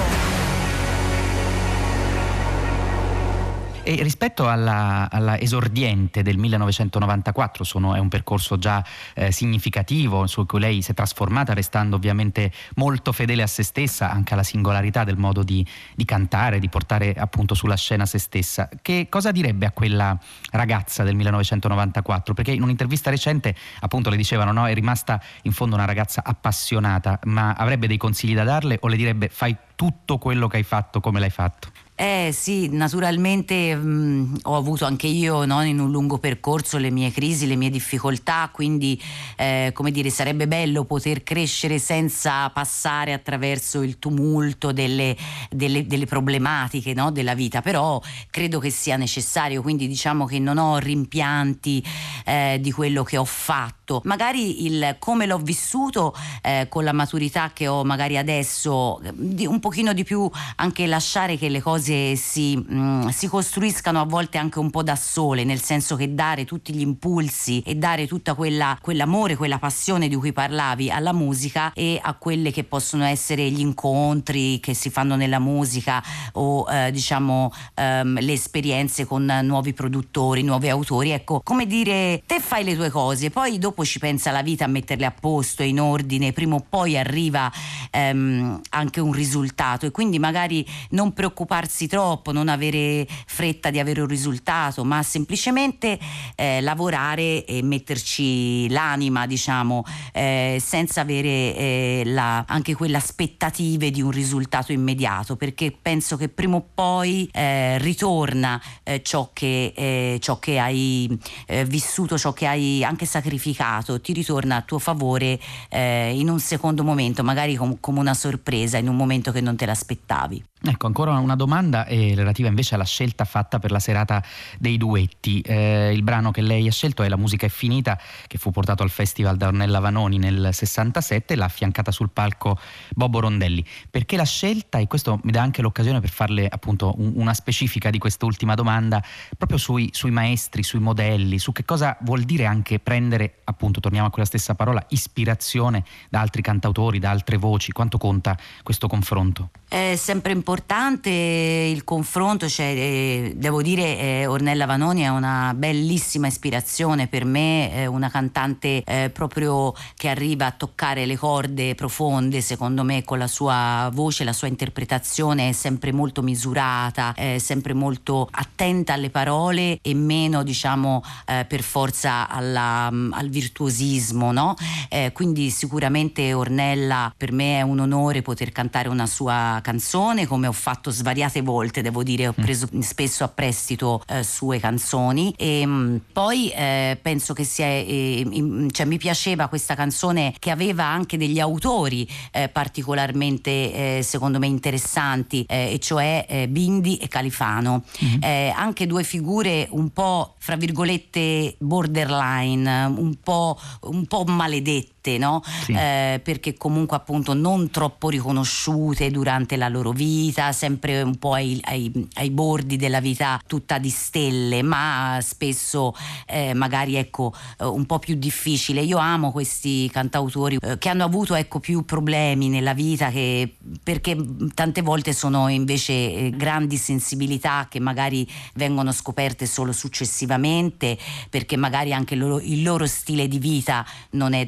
E rispetto alla, alla esordiente del millenovecentonovantaquattro, sono, è un percorso già eh, significativo su cui lei si è trasformata, restando ovviamente molto fedele a se stessa, anche alla singolarità del modo di, di cantare, di portare appunto sulla scena se stessa. Che cosa direbbe a quella ragazza del millenovecentonovantaquattro? Perché in un'intervista recente appunto le dicevano, no, è rimasta in fondo una ragazza appassionata, ma avrebbe dei consigli da darle o le direbbe fai tutto quello che hai fatto come l'hai fatto? Eh sì, naturalmente mh, ho avuto anche io, no, in un lungo percorso le mie crisi, le mie difficoltà, quindi eh, come dire, sarebbe bello poter crescere senza passare attraverso il tumulto delle, delle, delle problematiche, no, della vita, però credo che sia necessario, quindi diciamo che non ho rimpianti eh, di quello che ho fatto. Magari il come l'ho vissuto eh, con la maturità che ho magari adesso, di, un pochino di più anche lasciare che le cose si, mh, si costruiscano a volte anche un po' da sole, nel senso che dare tutti gli impulsi e dare tutta quella quell'amore, quella passione di cui parlavi alla musica e a quelle che possono essere gli incontri che si fanno nella musica o eh, diciamo ehm, le esperienze con nuovi produttori, nuovi autori. Ecco, come dire, te fai le tue cose, poi dopo ci pensa la vita a metterle a posto, in ordine, prima o poi arriva ehm, anche un risultato, e quindi magari non preoccuparsi troppo, non avere fretta di avere un risultato, ma semplicemente eh, lavorare e metterci l'anima, diciamo, eh, senza avere eh, la, anche quelle aspettative di un risultato immediato, perché penso che prima o poi eh, ritorna eh, ciò che eh, ciò che hai eh, vissuto, ciò che hai anche sacrificato, ti ritorna a tuo favore eh, in un secondo momento, magari com- come una sorpresa, in un momento che non te l'aspettavi. Ecco, ancora una domanda eh, relativa invece alla scelta fatta per la serata dei duetti. Eh, il brano che lei ha scelto è La musica è finita, che fu portato al festival da Ornella Vanoni nel sessantasette, e l'ha affiancata sul palco Bobo Rondelli. Perché la scelta, e questo mi dà anche l'occasione per farle appunto un, una specifica di quest'ultima domanda, proprio sui, sui maestri, sui modelli, su che cosa vuol dire anche prendere, appunto, torniamo a quella stessa parola, ispirazione da altri cantautori, da altre voci. Quanto conta questo confronto? È sempre importante il confronto, cioè, eh, devo dire eh, Ornella Vanoni è una bellissima ispirazione per me, è una cantante eh, proprio che arriva a toccare le corde profonde, secondo me, con la sua voce, la sua interpretazione è sempre molto misurata, è sempre molto attenta alle parole e meno, diciamo, eh, per forza alla, al virtuosismo, no? Eh, quindi sicuramente Ornella, per me è un onore poter cantare una sua canzone, come ho fatto svariate volte, devo dire, ho preso spesso a prestito eh, sue canzoni, e mh, poi eh, penso che sia eh, in, cioè, mi piaceva questa canzone che aveva anche degli autori eh, particolarmente eh, secondo me interessanti, eh, e cioè eh, Bindi e Califano, mm-hmm. eh, anche due figure un po' fra virgolette borderline, un po', un po' maledette, no? Sì. Eh, perché comunque appunto non troppo riconosciute durante la loro vita, sempre un po' ai, ai, ai bordi della vita tutta di stelle, ma spesso eh, magari ecco un po' più difficile. Io amo questi cantautori eh, che hanno avuto ecco più problemi nella vita, che perché tante volte sono invece eh, grandi sensibilità che magari vengono scoperte solo successivamente, perché magari anche il loro, il loro stile di vita non è del tutto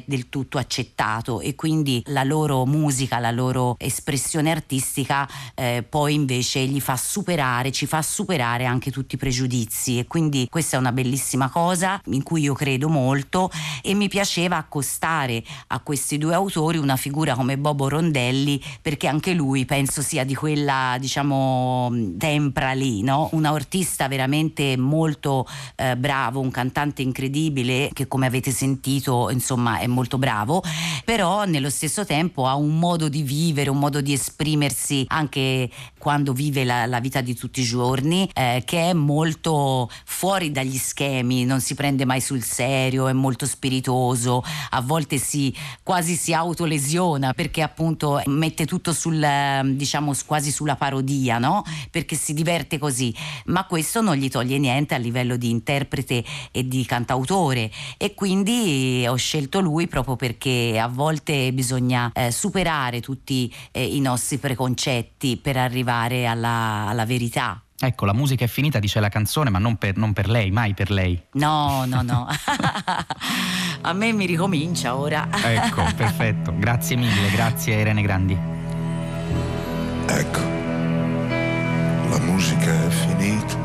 tutto accettato, e quindi la loro musica, la loro espressione artistica eh, poi invece gli fa superare, ci fa superare anche tutti i pregiudizi, e quindi questa è una bellissima cosa in cui io credo molto, e mi piaceva accostare a questi due autori una figura come Bobo Rondelli, perché anche lui penso sia di quella, diciamo, tempra lì, no? Un artista veramente molto eh, bravo, un cantante incredibile che, come avete sentito, insomma, è molto bravo, però nello stesso tempo ha un modo di vivere, un modo di esprimersi anche quando vive la, la vita di tutti i giorni eh, che è molto fuori dagli schemi, non si prende mai sul serio, è molto spiritoso, a volte si quasi si autolesiona perché appunto mette tutto sul, diciamo, quasi sulla parodia, no? Perché si diverte così, ma questo non gli toglie niente a livello di interprete e di cantautore, e quindi ho scelto lui proprio perché a volte bisogna eh, superare tutti eh, i nostri preconcetti per arrivare alla, alla verità. Ecco, la musica è finita, dice la canzone, ma non per, non per lei, mai per lei. No, no, no. A me mi ricomincia ora. Ecco, perfetto. Grazie mille, grazie Irene Grandi. Ecco, la musica è finita,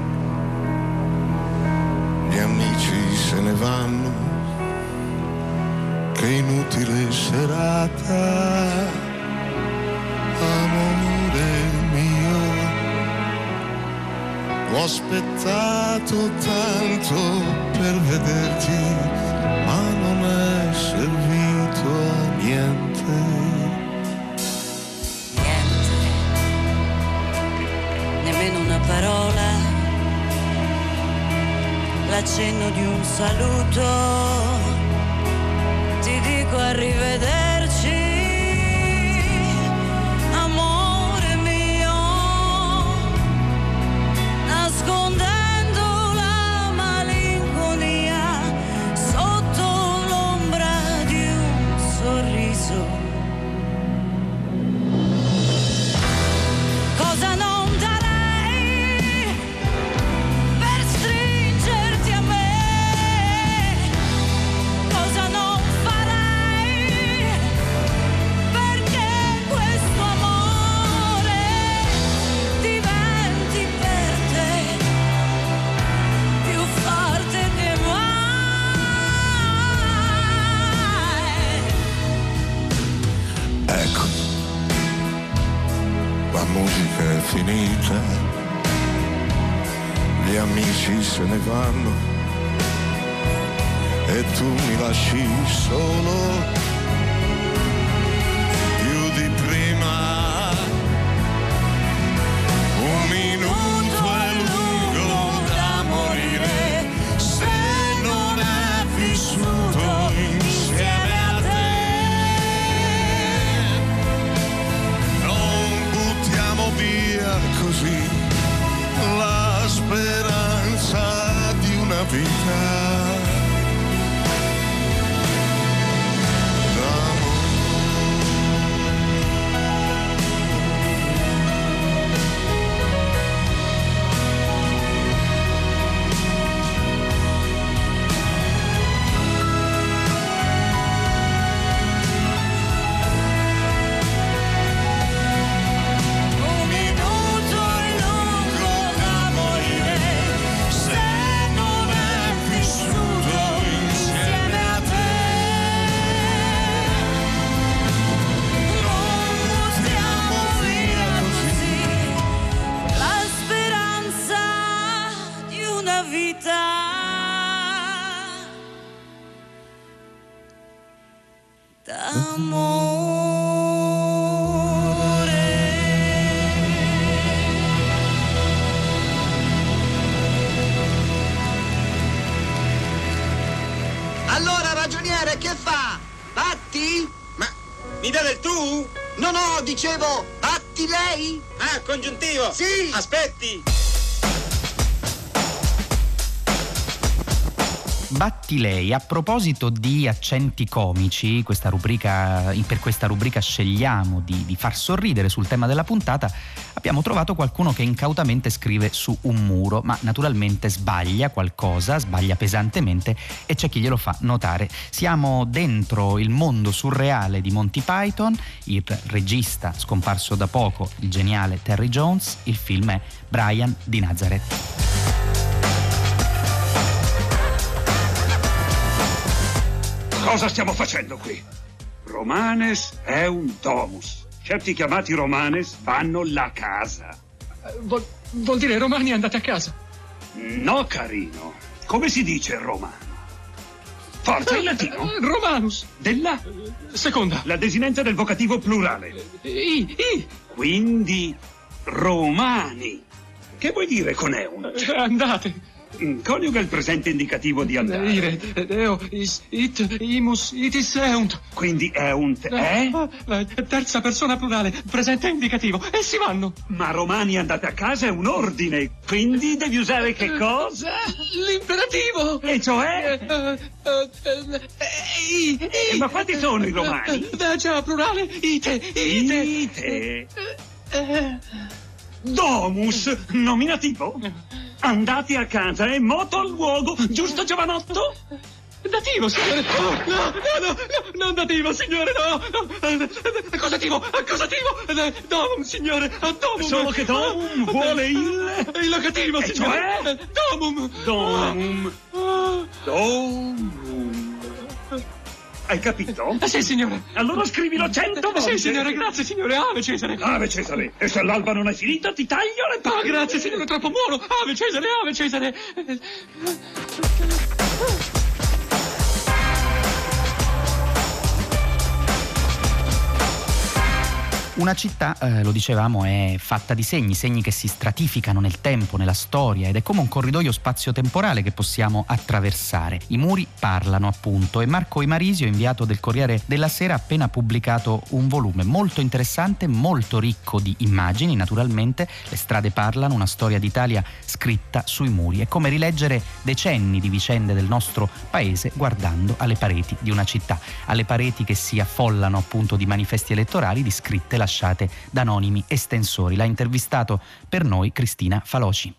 gli amici se ne vanno, che inutile serata, amore mio. Ho aspettato tanto per vederti, ma non è servito a niente. Niente, nemmeno una parola, l'accenno di un saluto, ti dico arrivederci. Nascondendo la malinconia sotto l'ombra di un sorriso. Cosa non darei per stringerti a me? Cosa non farei perché questo amore diventi per te più forte che mai. Ecco, la musica è finita, gli amici se ne vanno e tu mi lasci solo più di prima. Un minuto è lungo da morire se non è vissuto insieme a te. Non buttiamo via così la speranza di una vita. Allora, ragioniere, che fa? Batti? Ma mi dà del tu? No, no, dicevo, batti lei? Ah, congiuntivo? Sì! Aspetti! Battilei, a proposito di accenti comici, questa rubrica, per questa rubrica scegliamo di, di far sorridere sul tema della puntata, abbiamo trovato qualcuno che incautamente scrive su un muro, ma naturalmente sbaglia qualcosa, sbaglia pesantemente e c'è chi glielo fa notare. Siamo dentro il mondo surreale di Monty Python, il regista scomparso da poco, il geniale Terry Jones, il film è Brian di Nazareth. Cosa stiamo facendo qui? Romanes è un domus. Certi chiamati Romanes vanno la casa. Vuol, vuol dire romani andate a casa? No, carino. Come si dice romano? Forza, in latino. Uh, Romanus. Della? Seconda. La desinenza del vocativo plurale. I, i. Quindi, romani. Che vuoi dire con eun? Uh, andate. Coniuga il presente indicativo di andare. Ire, eo, is, it, imus, itis, eunt. Quindi eunt è? Eh? Terza persona plurale, presente indicativo. Essi vanno. Ma romani andate a casa è un ordine, quindi devi usare che cosa? L'imperativo. E cioè? Uh, uh, uh, i, i. Ma quanti sono i romani? Uh, già, plurale, ite, ite. Ite. Uh, uh. Domus, nominativo? Andate a casa e moto al luogo, giusto giovanotto? Dativo, signore! No, no, no, no, non dativo, signore, no! no. Accusativo, accusativo! Domum, signore, domum! Solo che domum vuole il... Il locativo, e signore! Cioè? Domum! Domum! Domum! Hai capito? Ah, sì, signore. Allora scrivilo cento volte. Sì, signore, grazie, signore. Ave Cesare. Ave Cesare. E se l'alba non è finita, ti taglio le palle. Ah, grazie, signore, troppo buono. Ave Cesare, Ave Cesare. Una città, eh, lo dicevamo, è fatta di segni, segni che si stratificano nel tempo, nella storia, ed è come un corridoio spazio-temporale che possiamo attraversare. I muri parlano, appunto, e Marco Imarisio, inviato del Corriere della Sera, ha appena pubblicato un volume molto interessante, molto ricco di immagini, naturalmente. Le strade parlano, una storia d'Italia scritta sui muri. È come rileggere decenni di vicende del nostro paese guardando alle pareti di una città, alle pareti che si affollano appunto di manifesti elettorali, di scritte lasciate da anonimi estensori. L'ha intervistato per noi Cristina Faloci.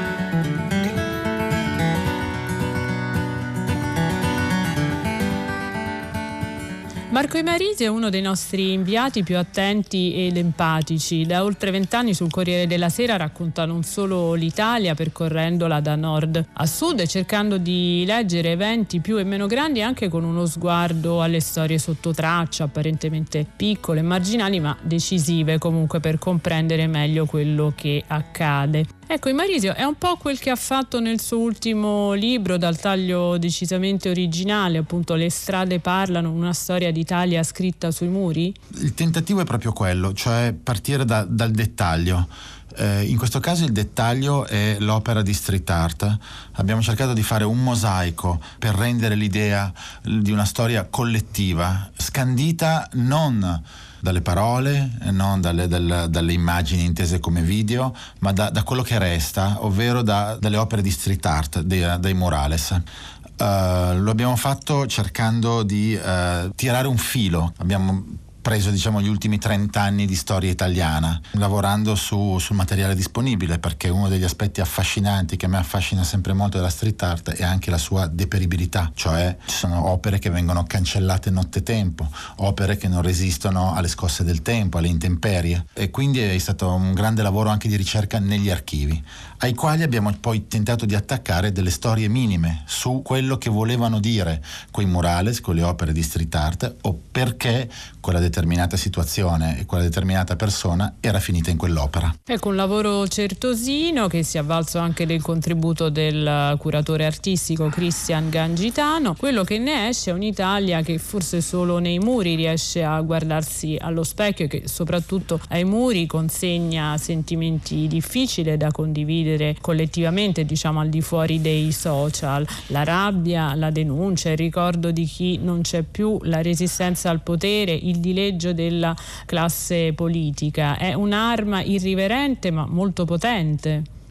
Marco Imarisio è uno dei nostri inviati più attenti ed empatici. Da oltre vent'anni sul Corriere della Sera racconta non solo l'Italia, percorrendola da nord a sud e cercando di leggere eventi più e meno grandi, anche con uno sguardo alle storie sotto traccia, apparentemente piccole e marginali, ma decisive comunque per comprendere meglio quello che accade. Ecco, Imarisio è un po' quel che ha fatto nel suo ultimo libro, dal taglio decisamente originale, appunto Le strade parlano, una storia d'Italia scritta sui muri? Il tentativo è proprio quello, cioè partire da, dal dettaglio. Eh, in questo caso il dettaglio è l'opera di street art. Abbiamo cercato di fare un mosaico per rendere l'idea di una storia collettiva, scandita non dalle parole, non dalle, dalle, dalle immagini intese come video, ma da, da quello che resta, ovvero da, dalle opere di street art, dei, dei murales. Uh, lo abbiamo fatto cercando di uh, tirare un filo. Abbiamo preso, diciamo, gli ultimi trent'anni di storia italiana, lavorando su, sul materiale disponibile, perché uno degli aspetti affascinanti che a me affascina sempre molto della street art è anche la sua deperibilità, cioè ci sono opere che vengono cancellate nottetempo, opere che non resistono alle scosse del tempo, alle intemperie, e quindi è stato un grande lavoro anche di ricerca negli archivi, ai quali abbiamo poi tentato di attaccare delle storie minime su quello che volevano dire quei murales, quelle opere di street art, o perché quella determinata situazione e quella determinata persona era finita in quell'opera. Ecco, un lavoro certosino che si è avvalso anche del contributo del curatore artistico Cristian Gangitano. Quello che ne esce è un'Italia che forse solo nei muri riesce a guardarsi allo specchio e che soprattutto ai muri consegna sentimenti difficili da condividere collettivamente, diciamo al di fuori dei social. La rabbia, la denuncia, il ricordo di chi non c'è più, la resistenza al potere, il dileggio della classe politica. È un'arma irriverente ma molto potente.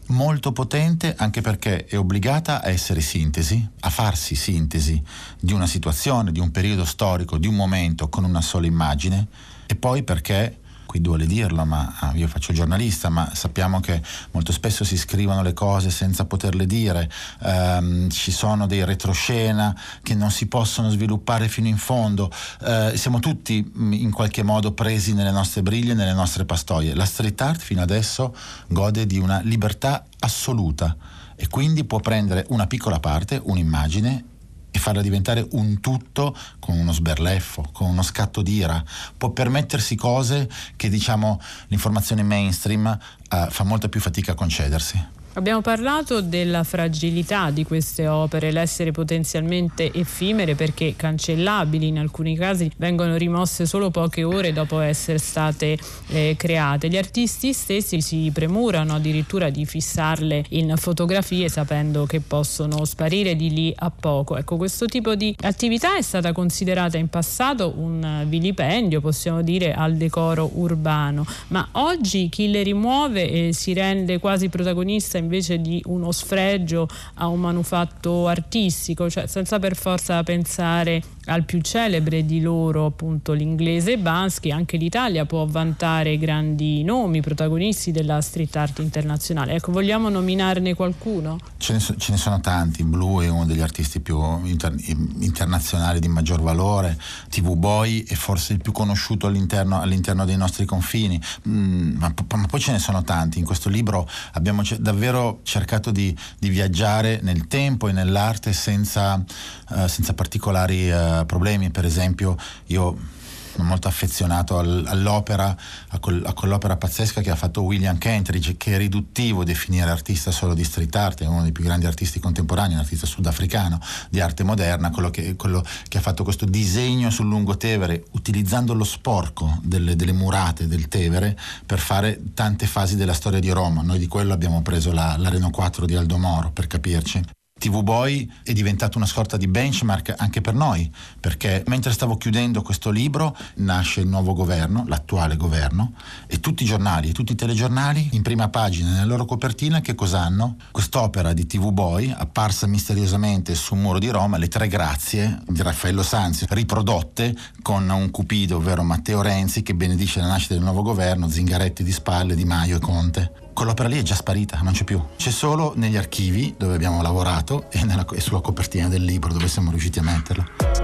molto potente anche perché è obbligata a essere sintesi, a farsi sintesi di una situazione, di un periodo storico, di un momento con una sola immagine, e poi perché, qui duole dirlo, ma io faccio il giornalista, ma sappiamo che molto spesso si scrivono le cose senza poterle dire, ehm, ci sono dei retroscena che non si possono sviluppare fino in fondo, eh, siamo tutti in qualche modo presi nelle nostre briglie, nelle nostre pastoie. La street art fino adesso gode di una libertà assoluta e quindi può prendere una piccola parte, un'immagine, e farla diventare un tutto con uno sberleffo, con uno scatto d'ira. Può permettersi cose che, diciamo, l'informazione mainstream eh, fa molta più fatica a concedersi. Abbiamo parlato della fragilità di queste opere, l'essere potenzialmente effimere perché cancellabili, in alcuni casi vengono rimosse solo poche ore dopo essere state eh, create. Gli artisti stessi si premurano addirittura di fissarle in fotografie sapendo che possono sparire di lì a poco. Ecco, questo tipo di attività è stata considerata in passato un vilipendio, possiamo dire, al decoro urbano, ma oggi chi le rimuove eh, si rende quasi protagonista invece di uno sfregio a un manufatto artistico, cioè senza per forza pensare al più celebre di loro, appunto l'inglese Banksy. Anche l'Italia può vantare grandi nomi, protagonisti della street art internazionale. Ecco, vogliamo nominarne qualcuno? Ce ne, so, ce ne sono tanti. Blue è uno degli artisti più inter, internazionali di maggior valore, T V Boy è forse il più conosciuto all'interno, all'interno dei nostri confini, mm, ma, ma poi ce ne sono tanti. In questo libro abbiamo c- davvero cercato di, di viaggiare nel tempo e nell'arte senza, uh, senza particolari uh, problemi. Per esempio, io sono molto affezionato al, all'opera, a, quel, a quell'opera pazzesca che ha fatto William Kentridge, che è riduttivo definire artista solo di street art, è uno dei più grandi artisti contemporanei, un artista sudafricano di arte moderna, quello che, quello che ha fatto questo disegno sul lungotevere utilizzando lo sporco delle, delle murate del Tevere per fare tante fasi della storia di Roma. Noi di quello abbiamo preso la, la Renault quattro di Aldo Moro, per capirci. T V Boy è diventato una sorta di benchmark anche per noi, perché mentre stavo chiudendo questo libro nasce il nuovo governo, l'attuale governo, e tutti i giornali e tutti i telegiornali in prima pagina nella loro copertina che cosa hanno? Quest'opera di T V Boy apparsa misteriosamente sul muro di Roma, Le Tre Grazie di Raffaello Sanzio, riprodotte con un cupido, ovvero Matteo Renzi, che benedice la nascita del nuovo governo, Zingaretti di spalle, Di Maio e Conte. Quell'opera lì è già sparita, non c'è più. C'è solo negli archivi dove abbiamo lavorato e, nella, e sulla copertina del libro dove siamo riusciti a metterla.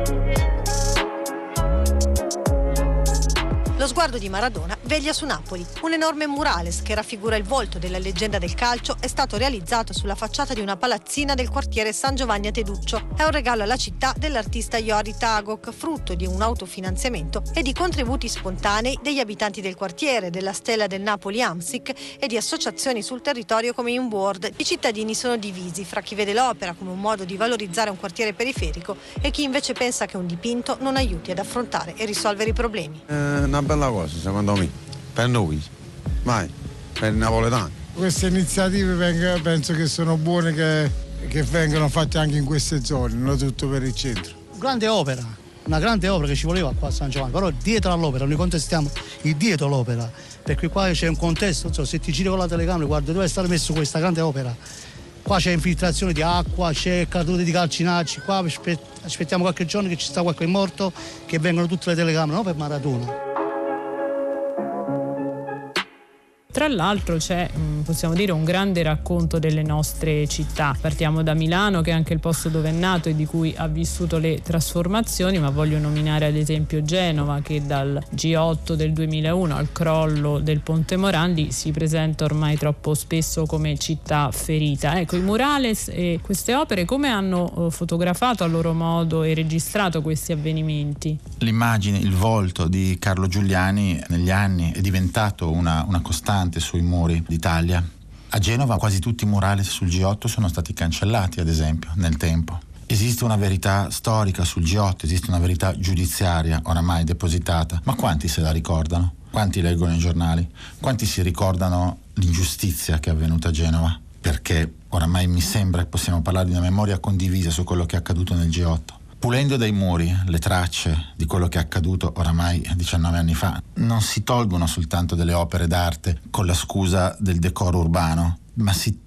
Lo sguardo di Maradona veglia su Napoli. Un enorme murales che raffigura il volto della leggenda del calcio è stato realizzato sulla facciata di una palazzina del quartiere San Giovanni a Teduccio. È un regalo alla città dell'artista Yori Tagok, frutto di un autofinanziamento e di contributi spontanei degli abitanti del quartiere, della stella del Napoli Amsic e di associazioni sul territorio come InWorld. I cittadini sono divisi fra chi vede l'opera come un modo di valorizzare un quartiere periferico e chi invece pensa che un dipinto non aiuti ad affrontare e risolvere i problemi. È una bella cosa, secondo me, per noi, mai, per i napoletani. Queste iniziative penso che sono buone, che, che vengono fatte anche in queste zone, non tutto per il centro. Grande opera, una grande opera che ci voleva qua a San Giovanni, però dietro all'opera, noi contestiamo il dietro l'opera, perché qua c'è un contesto, so, se ti giri con la telecamera, guarda dove è stata messa questa grande opera. Qua c'è infiltrazione di acqua, c'è cadute di calcinacci, qua aspettiamo qualche giorno che ci sta qualche morto, che vengono tutte le telecamere, no per Maradona. Tra l'altro c'è, possiamo dire, un grande racconto delle nostre città. Partiamo da Milano, che è anche il posto dove è nato e di cui ha vissuto le trasformazioni, ma voglio nominare ad esempio Genova, che dal G otto del duemilauno al crollo del Ponte Morandi si presenta ormai troppo spesso come città ferita. Ecco, i murales e queste opere come hanno fotografato a loro modo e registrato questi avvenimenti? L'immagine, il volto di Carlo Giuliani negli anni è diventato una, una costante sui muri d'Italia. A Genova quasi tutti i murales sul G otto sono stati cancellati, ad esempio, nel tempo. Esiste una verità storica sul G otto, esiste una verità giudiziaria oramai depositata, ma quanti se la ricordano? Quanti leggono i giornali? Quanti si ricordano l'ingiustizia che è avvenuta a Genova? Perché oramai mi sembra che possiamo parlare di una memoria condivisa su quello che è accaduto nel G otto. Pulendo dai muri le tracce di quello che è accaduto oramai diciannove anni fa, non si tolgono soltanto delle opere d'arte con la scusa del decoro urbano, ma si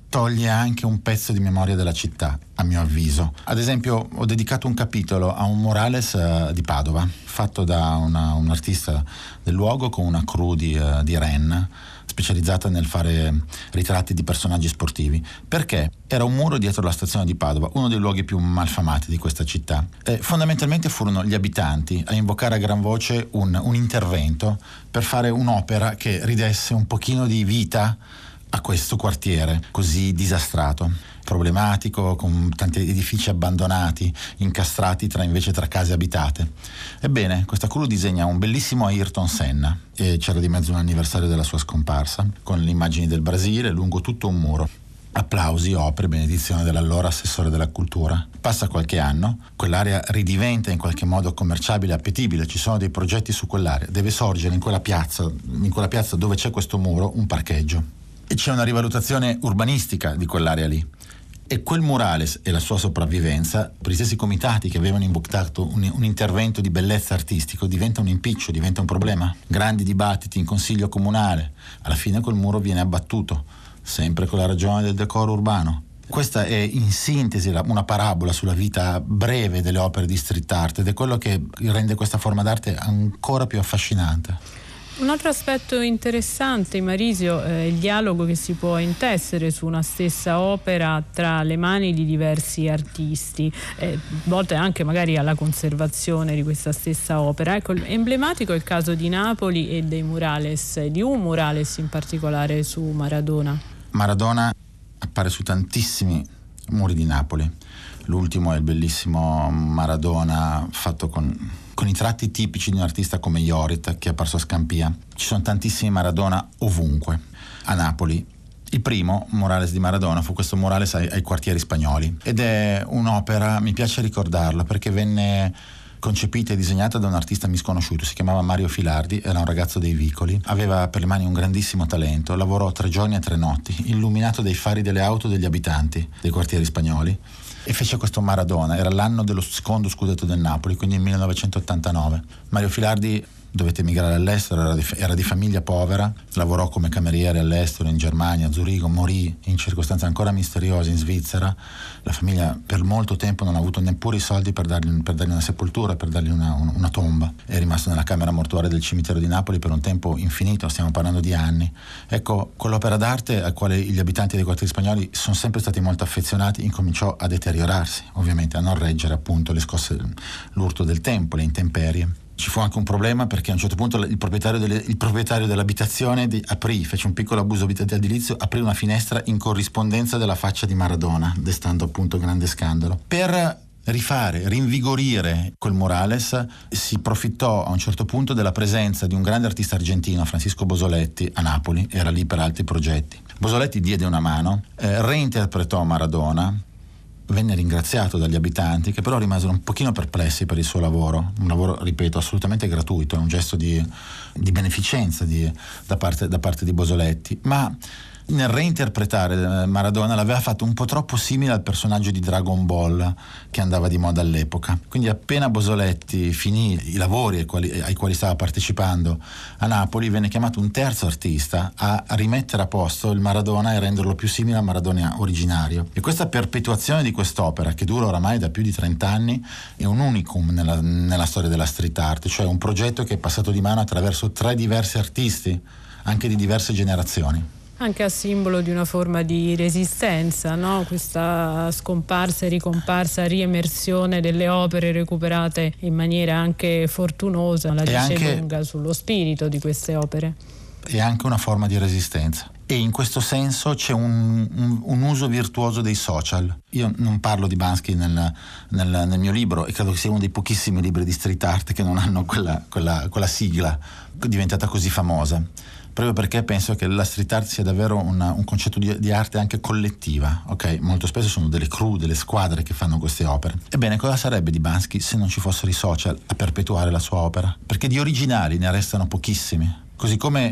toglie anche un pezzo di memoria della città, a mio avviso. Ad esempio, ho dedicato un capitolo a un murales uh, di Padova, fatto da una, un artista del luogo con una crew di, uh, di Rennes, specializzata nel fare ritratti di personaggi sportivi. Perché? Era un muro dietro la stazione di Padova, uno dei luoghi più malfamati di questa città. E fondamentalmente furono gli abitanti a invocare a gran voce un, un intervento per fare un'opera che ridesse un pochino di vita a questo quartiere così disastrato, problematico, con tanti edifici abbandonati, incastrati tra invece tra case abitate. Ebbene, questa crew disegna un bellissimo Ayrton Senna, e c'era di mezzo un anniversario della sua scomparsa, con le immagini del Brasile lungo tutto un muro. Applausi, opere, benedizione dell'allora assessore della cultura. Passa qualche anno, quell'area ridiventa in qualche modo commerciabile, appetibile, ci sono dei progetti su quell'area, deve sorgere in quella piazza, in quella piazza dove c'è questo muro, un parcheggio. E c'è una rivalutazione urbanistica di quell'area lì. E quel murales e la sua sopravvivenza, per gli stessi comitati che avevano invocato un, un intervento di bellezza artistico, diventa un impiccio, diventa un problema. Grandi dibattiti in consiglio comunale, alla fine quel muro viene abbattuto, sempre con la ragione del decoro urbano. Questa è in sintesi una parabola sulla vita breve delle opere di street art, ed è quello che rende questa forma d'arte ancora più affascinante. Un altro aspetto interessante, Marisio, è il dialogo che si può intessere su una stessa opera tra le mani di diversi artisti, eh, volte anche magari alla conservazione di questa stessa opera. Ecco, emblematico è il caso di Napoli e dei murales, di un murales in particolare su Maradona. Maradona appare su tantissimi muri di Napoli. L'ultimo è il bellissimo Maradona fatto con, con i tratti tipici di un artista come Iorit, che è apparso a Scampia. Ci sono tantissimi Maradona ovunque. A Napoli il primo murales di Maradona fu questo murales ai, ai quartieri spagnoli, ed è un'opera, mi piace ricordarla, perché venne concepita e disegnata da un artista misconosciuto, si chiamava Mario Filardi, era un ragazzo dei vicoli, aveva per le mani un grandissimo talento, lavorò tre giorni e tre notti, illuminato dai fari delle auto degli abitanti dei quartieri spagnoli, e fece questo Maradona. Era l'anno dello secondo scudetto del Napoli, quindi il millenovecentottantanove. Mario Filardi dovette emigrare all'estero, era di, era di famiglia povera, lavorò come cameriere all'estero, in Germania, a Zurigo, morì in circostanze ancora misteriose in Svizzera. La famiglia per molto tempo non ha avuto neppure i soldi per dargli, per dargli una sepoltura, per dargli una, una, una tomba. È rimasto nella camera mortuaria del cimitero di Napoli per un tempo infinito, stiamo parlando di anni. Ecco, quell'opera d'arte al quale gli abitanti dei quartieri spagnoli sono sempre stati molto affezionati incominciò a deteriorarsi, ovviamente a non reggere appunto le scosse, l'urto del tempo, le intemperie. Ci fu anche un problema perché a un certo punto il proprietario, delle, il proprietario dell'abitazione di, aprì, fece un piccolo abuso edilizio, aprì una finestra in corrispondenza della faccia di Maradona, destando appunto grande scandalo. Per rifare, rinvigorire quel murales si profittò a un certo punto della presenza di un grande artista argentino, Francisco Bosoletti, a Napoli, era lì per altri progetti. Bosoletti diede una mano, eh, reinterpretò Maradona, venne ringraziato dagli abitanti, che però rimasero un pochino perplessi per il suo lavoro, un lavoro, ripeto, assolutamente gratuito, è un gesto di, di beneficenza di, da, parte, da parte di Bosoletti, ma nel reinterpretare Maradona l'aveva fatto un po' troppo simile al personaggio di Dragon Ball che andava di moda all'epoca. Quindi appena Bosoletti finì i lavori ai quali, ai quali stava partecipando a Napoli, venne chiamato un terzo artista a rimettere a posto il Maradona e renderlo più simile al Maradona originario. E questa perpetuazione di quest'opera, che dura oramai da più di trenta anni, è un unicum nella, nella storia della street art, cioè un progetto che è passato di mano attraverso tre diversi artisti, anche di diverse generazioni. Anche a simbolo di una forma di resistenza, no? Questa scomparsa e ricomparsa, riemersione delle opere recuperate in maniera anche fortunosa, la dice anche, lunga sullo spirito di queste opere. È anche una forma di resistenza. E in questo senso c'è un, un, un uso virtuoso dei social. Io non parlo di Bansky nel, nel, nel mio libro, e credo che sia uno dei pochissimi libri di street art che non hanno quella, quella, quella sigla diventata così famosa, proprio perché penso che la street art sia davvero una, un concetto di, di arte anche collettiva, ok? Molto spesso sono delle crew, delle squadre che fanno queste opere. Ebbene, cosa sarebbe di Bansky se non ci fossero i social a perpetuare la sua opera? Perché di originali ne restano pochissimi, così come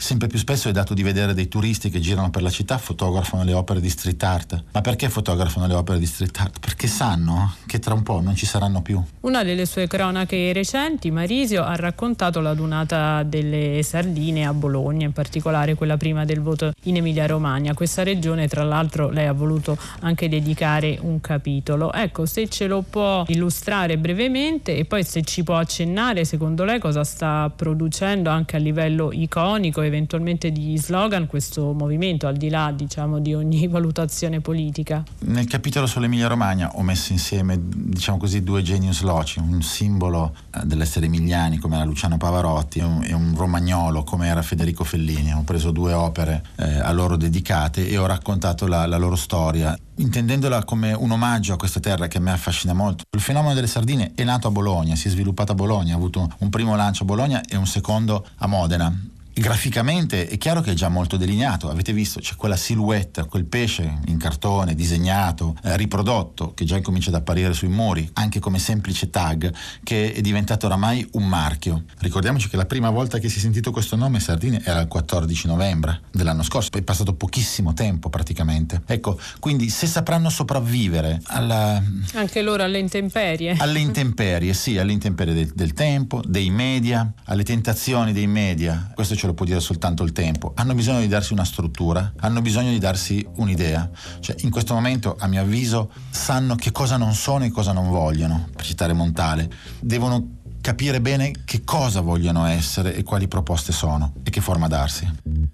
Sempre più spesso è dato di vedere dei turisti che girano per la città, fotografano le opere di street art. Ma perché fotografano le opere di street art? Perché sanno che tra un po' non ci saranno più. Una delle sue cronache recenti, Marisio ha raccontato la dunata delle sardine a Bologna, in particolare quella prima del voto in Emilia-Romagna. Questa regione, tra l'altro, lei ha voluto anche dedicare un capitolo. Ecco, se ce lo può illustrare brevemente e poi se ci può accennare, secondo lei, cosa sta producendo anche a livello iconico, eventualmente di slogan, questo movimento, al di là, diciamo, di ogni valutazione politica. Nel capitolo sull'Emilia Romagna ho messo insieme, diciamo così, due genius loci, un simbolo dell'essere emiliani come era Luciano Pavarotti e un, e un romagnolo come era Federico Fellini. Ho preso due opere eh, a loro dedicate e ho raccontato la, la loro storia, intendendola come un omaggio a questa terra che a me affascina molto. Il fenomeno delle sardine è nato a Bologna, si è sviluppato a Bologna, ha avuto un primo lancio a Bologna e un secondo a Modena. Graficamente è chiaro che è già molto delineato, avete visto, c'è quella silhouette, quel pesce in cartone disegnato, eh, riprodotto, che già incomincia ad apparire sui muri, anche come semplice tag, che è diventato oramai un marchio. Ricordiamoci che la prima volta che si è sentito questo nome sardine era il quattordici novembre dell'anno scorso, poi è passato pochissimo tempo praticamente. Ecco, quindi se sapranno sopravvivere alla... anche loro alle intemperie. Alle intemperie, sì, alle intemperie del, del tempo, dei media, alle tentazioni dei media, questo ce lo può dire soltanto il tempo. Hanno bisogno di darsi una struttura, hanno bisogno di darsi un'idea. Cioè, in questo momento, a mio avviso, sanno che cosa non sono e cosa non vogliono, per citare Montale. Devono capire bene che cosa vogliono essere e quali proposte sono e che forma darsi.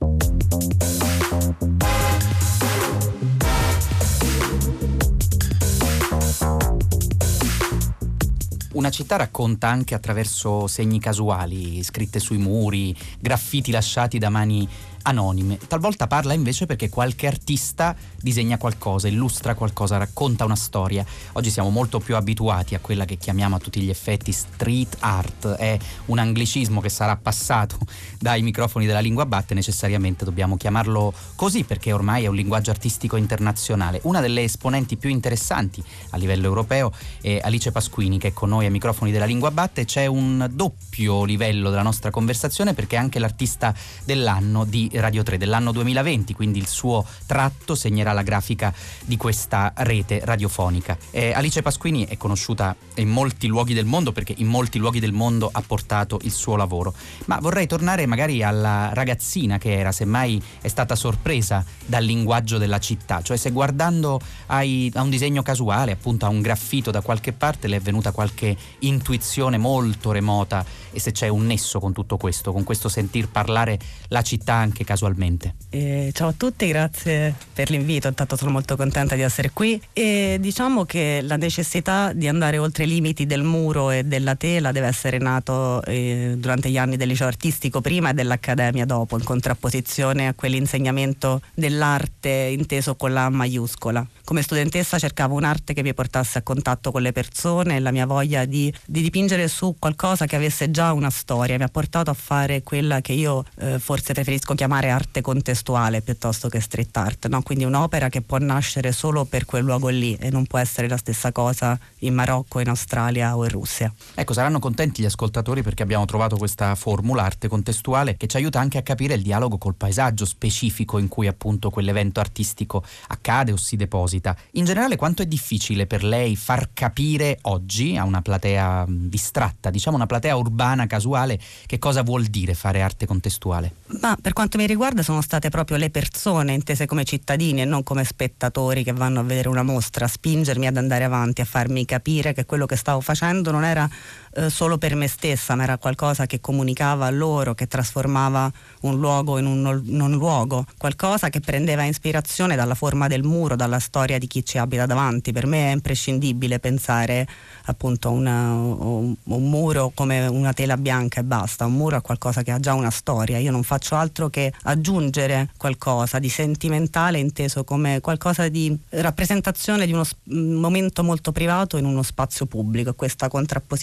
Una città racconta anche attraverso segni casuali, scritte sui muri, graffiti lasciati da mani anonime. Talvolta parla invece perché qualche artista disegna qualcosa, illustra qualcosa, racconta una storia. Oggi siamo molto più abituati a quella che chiamiamo a tutti gli effetti street art. È un anglicismo che sarà passato dai microfoni della Lingua Batte, necessariamente dobbiamo chiamarlo così perché ormai è un linguaggio artistico internazionale. Una delle esponenti più interessanti a livello europeo è Alice Pasquini, che è con noi ai microfoni della Lingua Batte. C'è un doppio livello della nostra conversazione perché è anche l'artista dell'anno di Radio tre, dell'anno duemilaventi, quindi il suo tratto segnerà la grafica di questa rete radiofonica. Eh, Alice Pasquini è conosciuta in molti luoghi del mondo perché in molti luoghi del mondo ha portato il suo lavoro, ma vorrei tornare magari alla ragazzina che era, semmai è stata sorpresa dal linguaggio della città, cioè se guardando ai, a un disegno casuale, appunto a un graffito da qualche parte, le è venuta qualche intuizione molto remota e se c'è un nesso con tutto questo, con questo sentir parlare la città anche casualmente. Eh, ciao a tutti, grazie per l'invito, intanto sono molto contenta di essere qui e diciamo che la necessità di andare oltre i limiti del muro e della tela deve essere nato eh, durante gli anni del liceo artistico prima e dell'accademia dopo, in contrapposizione a quell'insegnamento dell'arte inteso con la A maiuscola. Come studentessa cercavo un'arte che mi portasse a contatto con le persone e la mia voglia di, di dipingere su qualcosa che avesse già una storia mi ha portato a fare quella che io eh, forse preferisco chiamare arte contestuale piuttosto che street art, no? Quindi un'opera che può nascere solo per quel luogo lì e non può essere la stessa cosa in Marocco, in Australia o in Russia. Ecco, saranno contenti gli ascoltatori perché abbiamo trovato questa formula, arte contestuale, che ci aiuta anche a capire il dialogo col paesaggio specifico in cui appunto quell'evento artistico accade o si deposita. In generale, quanto è difficile per lei far capire oggi a una platea distratta, diciamo una platea urbana casuale, che cosa vuol dire fare arte contestuale? Ma per quanto mi riguarda sono state proprio le persone intese come cittadini e non come spettatori che vanno a vedere una mostra a spingermi ad andare avanti, a farmi capire che quello che stavo facendo non era eh, solo per me stessa, ma era qualcosa che comunicava a loro, che trasformava un luogo in un non luogo, qualcosa che prendeva ispirazione dalla forma del muro, dalla storia di chi ci abita davanti. Per me è imprescindibile pensare appunto una, un, un muro come una tela bianca e basta. Un muro è qualcosa che ha già una storia. Io non faccio altro che aggiungere qualcosa di sentimentale inteso come qualcosa di rappresentazione di uno sp- momento molto privato in uno spazio pubblico. Questa contrapposizione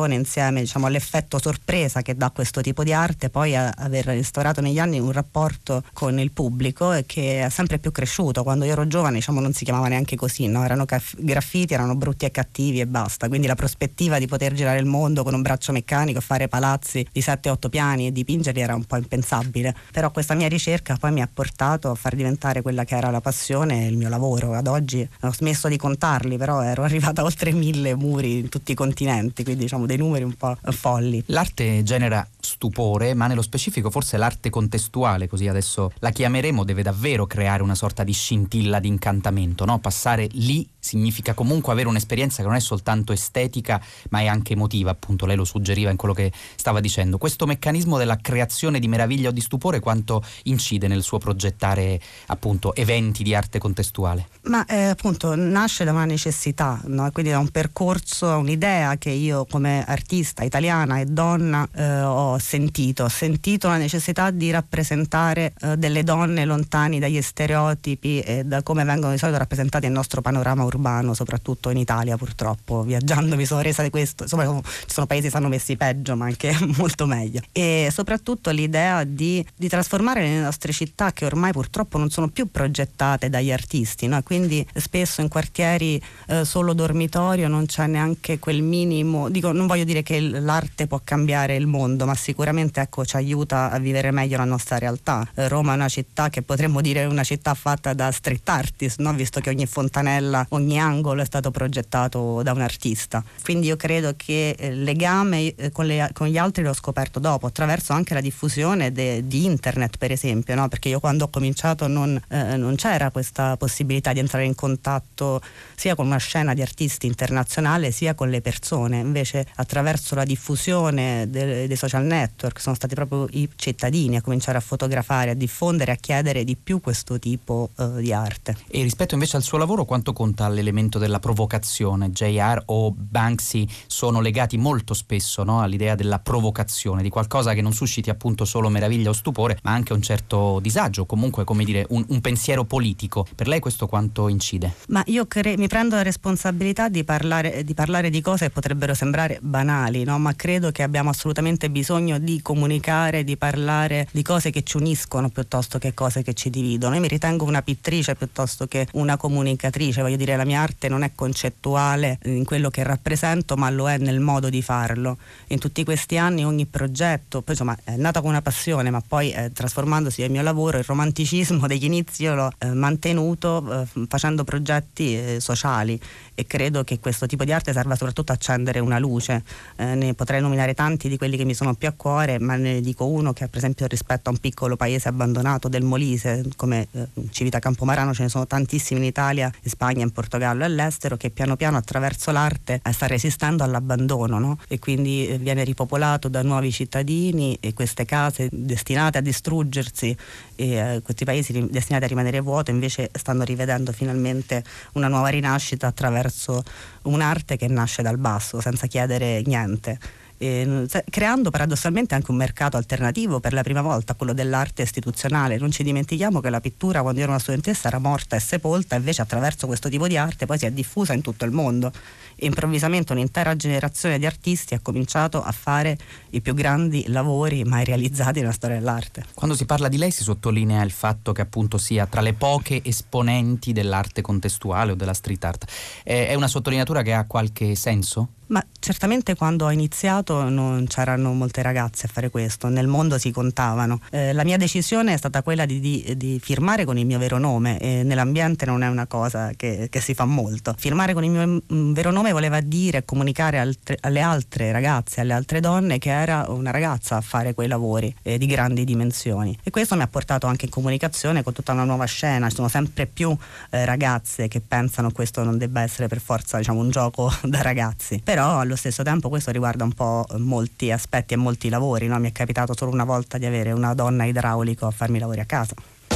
passione insieme, diciamo, all'effetto sorpresa che dà questo tipo di arte, poi a aver instaurato negli anni un rapporto con il pubblico e che è sempre più cresciuto. Quando io ero giovane, diciamo, non si chiamava neanche così, no? Erano caff- graffiti, erano brutti e cattivi e basta. Quindi la prospettiva di poter girare il mondo con un braccio meccanico, fare palazzi di sette otto piani e dipingerli era un po' impensabile. Però questa mia ricerca poi mi ha portato a far diventare quella che era la passione e il mio lavoro. Ad oggi ho smesso di contarli, però ero arrivata a oltre mille muri in tutti i continenti, quindi diciamo dei numeri un po' folli. L'arte genera stupore, ma nello specifico forse l'arte contestuale, così adesso la chiameremo, deve davvero creare una sorta di scintilla di incantamento, no? Passare lì significa comunque avere un'esperienza che non è soltanto estetica ma è anche emotiva, appunto lei lo suggeriva in quello che stava dicendo. Questo meccanismo della creazione di meraviglia o di stupore quanto incide nel suo progettare appunto eventi di arte contestuale? Ma eh, appunto nasce da una necessità, no? Quindi da un percorso, un'idea che io come artista italiana e donna eh, ho sentito, ho sentito la necessità di rappresentare eh, delle donne lontani dagli stereotipi e da come vengono di solito rappresentati nel nostro panorama urbano, soprattutto in Italia. Purtroppo viaggiando mi sono resa di questo, insomma ci sono paesi che stanno messi peggio ma anche molto meglio, e soprattutto l'idea di, di trasformare le nostre città che ormai purtroppo non sono più progettate dagli artisti, no? Quindi spesso in quartieri eh, solo dormitorio non c'è neanche quel minimo, dico, non voglio dire che l'arte può cambiare il mondo, ma sicuramente ecco ci aiuta a vivere meglio la nostra realtà. eh, Roma è una città che potremmo dire una città fatta da street artist, no? Visto che ogni fontanella, ogni angolo è stato progettato da un artista. Quindi io credo che il legame eh, con, le, con gli altri l'ho scoperto dopo, attraverso anche la diffusione de, di internet per esempio, no? Perché io quando ho cominciato non, eh, non c'era questa possibilità di entrare in contatto sia con una scena di artisti internazionale sia con le persone. Invece attraverso la diffusione de, dei social network sono stati proprio i cittadini a cominciare a fotografare, a diffondere, a chiedere di più questo tipo eh, di arte. E rispetto invece al suo lavoro, quanto conta l'elemento della provocazione? J R o Banksy sono legati molto spesso, no, all'idea della provocazione, di qualcosa che non susciti appunto solo meraviglia o stupore, ma anche un certo disagio, comunque come dire un, un pensiero politico. Per lei questo quanto incide? Ma io cre- mi prendo la responsabilità di parlare, di parlare di cose che potrebbero sembrare banali, no? Ma credo che abbiamo assolutamente bisogno di comunicare, di parlare di cose che ci uniscono piuttosto che cose che ci dividono. Io mi ritengo una pittrice piuttosto che una comunicatrice, voglio dire, la mia arte non è concettuale in quello che rappresento, ma lo è nel modo di farlo. In tutti questi anni ogni progetto, poi insomma è nata con una passione, ma poi eh, trasformandosi nel mio lavoro, il romanticismo degli inizi io l'ho eh, mantenuto eh, facendo progetti eh, sociali, e credo che questo tipo di arte serva soprattutto a accendere una luce. Eh, ne potrei nominare tanti di quelli che mi sono più a cuore, ma ne dico uno che per esempio rispetto a un piccolo paese abbandonato del Molise come eh, Civita Campomarano, ce ne sono tantissimi in Italia, in Spagna, in Portogallo e all'estero, che piano piano attraverso l'arte eh, sta resistendo all'abbandono, no? E quindi eh, viene ripopolato da nuovi cittadini, e queste case destinate a distruggersi e eh, questi paesi ri- destinati a rimanere vuoti invece stanno rivedendo finalmente una nuova rinascita attraverso un'arte che nasce dal basso senza chiedere niente. E, creando paradossalmente anche un mercato alternativo per la prima volta, quello dell'arte istituzionale. Non ci dimentichiamo che la pittura, quando io ero una studentessa, era morta e sepolta, invece attraverso questo tipo di arte poi si è diffusa in tutto il mondo, e improvvisamente un'intera generazione di artisti ha cominciato a fare i più grandi lavori mai realizzati nella storia dell'arte. Quando si parla di lei si sottolinea il fatto che appunto sia tra le poche esponenti dell'arte contestuale o della street art. È una sottolineatura che ha qualche senso? Ma certamente quando ho iniziato non c'erano molte ragazze a fare questo, nel mondo si contavano. Eh, la mia decisione è stata quella di, di, di firmare con il mio vero nome, e nell'ambiente non è una cosa che, che si fa molto. Firmare con il mio m, vero nome voleva dire comunicare altre, alle altre ragazze, alle altre donne, che era una ragazza a fare quei lavori eh, di grandi dimensioni, e questo mi ha portato anche in comunicazione con tutta una nuova scena. Ci sono sempre più eh, ragazze che pensano che questo non debba essere per forza, diciamo, un gioco da ragazzi, però allo stesso tempo questo riguarda un po' molti aspetti e molti lavori, no? Mi è capitato solo una volta di avere una donna idraulico a farmi i lavori a casa.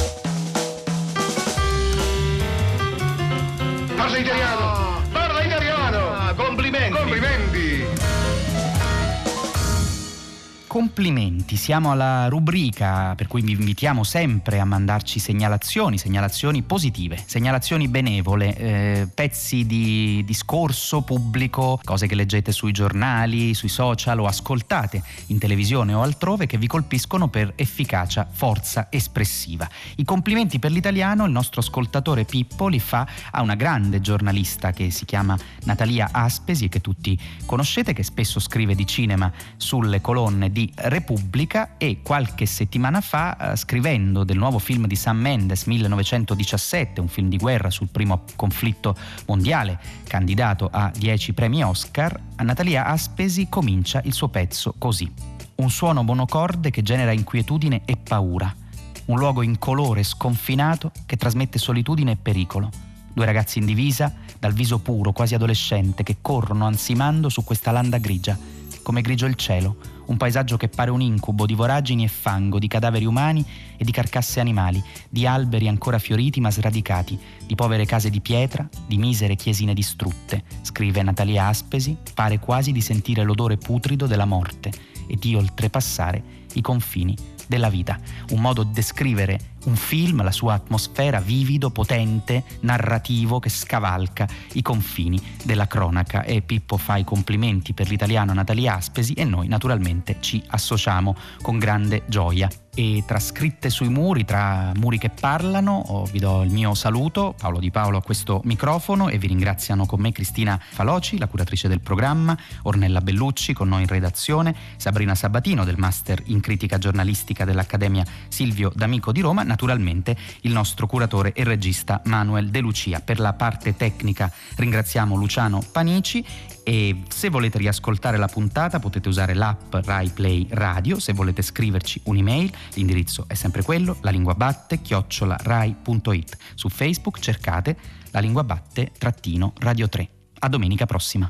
Parla italiano! Parla italiano! Ah, complimenti! Complimenti! complimenti. Siamo alla rubrica per cui vi invitiamo sempre a mandarci segnalazioni, segnalazioni positive, segnalazioni benevole, eh, pezzi di discorso pubblico, cose che leggete sui giornali, sui social o ascoltate in televisione o altrove che vi colpiscono per efficacia, forza espressiva. I complimenti per l'italiano il nostro ascoltatore Pippo li fa a una grande giornalista che si chiama Natalia Aspesi e che tutti conoscete, che spesso scrive di cinema sulle colonne di Repubblica, e qualche settimana fa, eh, scrivendo del nuovo film di Sam Mendes, millenovecentodiciassette, un film di guerra sul primo conflitto mondiale, candidato a dieci premi Oscar, Natalia Aspesi comincia il suo pezzo così: un suono monocorde che genera inquietudine e paura, un luogo incolore e sconfinato che trasmette solitudine e pericolo, due ragazzi in divisa, dal viso puro, quasi adolescente, che corrono ansimando su questa landa grigia, come grigio il cielo, un paesaggio che pare un incubo di voragini e fango, di cadaveri umani e di carcasse animali, di alberi ancora fioriti ma sradicati, di povere case di pietra, di misere chiesine distrutte. Scrive Natalia Aspesi, pare quasi di sentire l'odore putrido della morte e di oltrepassare i confini della vita. Un modo di descrivere un film, la sua atmosfera, vivido, potente, narrativo, che scavalca i confini della cronaca. E Pippo fa i complimenti per l'italiano a Natalia Aspesi e noi naturalmente ci associamo con grande gioia. E tra scritte sui muri, tra muri che parlano, oh, vi do il mio saluto, Paolo Di Paolo a questo microfono, e vi ringraziano con me Cristina Faloci, la curatrice del programma, Ornella Bellucci con noi in redazione, Sabrina Sabatino del Master in Critica Giornalistica dell'Accademia Silvio D'Amico di Roma, naturalmente il nostro curatore e regista Manuel De Lucia. Per la parte tecnica ringraziamo Luciano Panici, e se volete riascoltare la puntata potete usare l'app Rai Play Radio. Se volete scriverci un'email, l'indirizzo è sempre quello, lalinguabatte chiocciola rai punto it. Su Facebook cercate La Lingua Batte trattino Radio tre. A domenica prossima.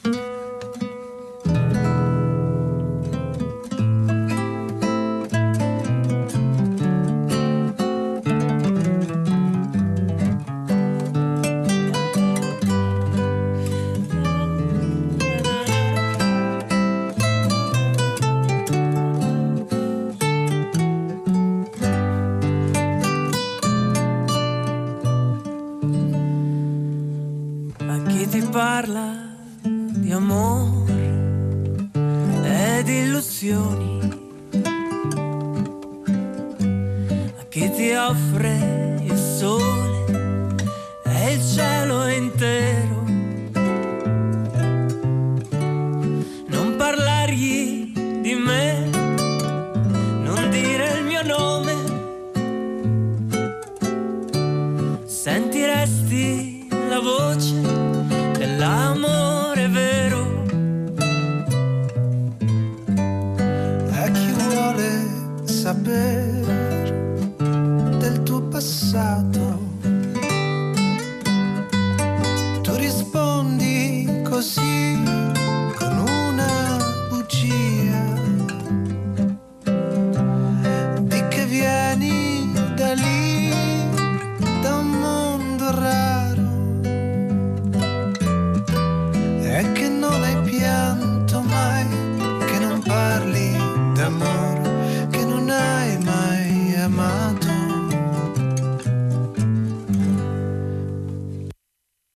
Parla di amore ed illusioni, a chi ti offre il sole e il cielo intero. Non parlargli di me, non dire il mio nome, sentiresti la voce dell'amore vero. A chi vuole sapere del tuo passato, tu rispondi così con una bugia, di che vieni da lì, da un mondo raro, e che non hai pianto mai, che non parli d'amore.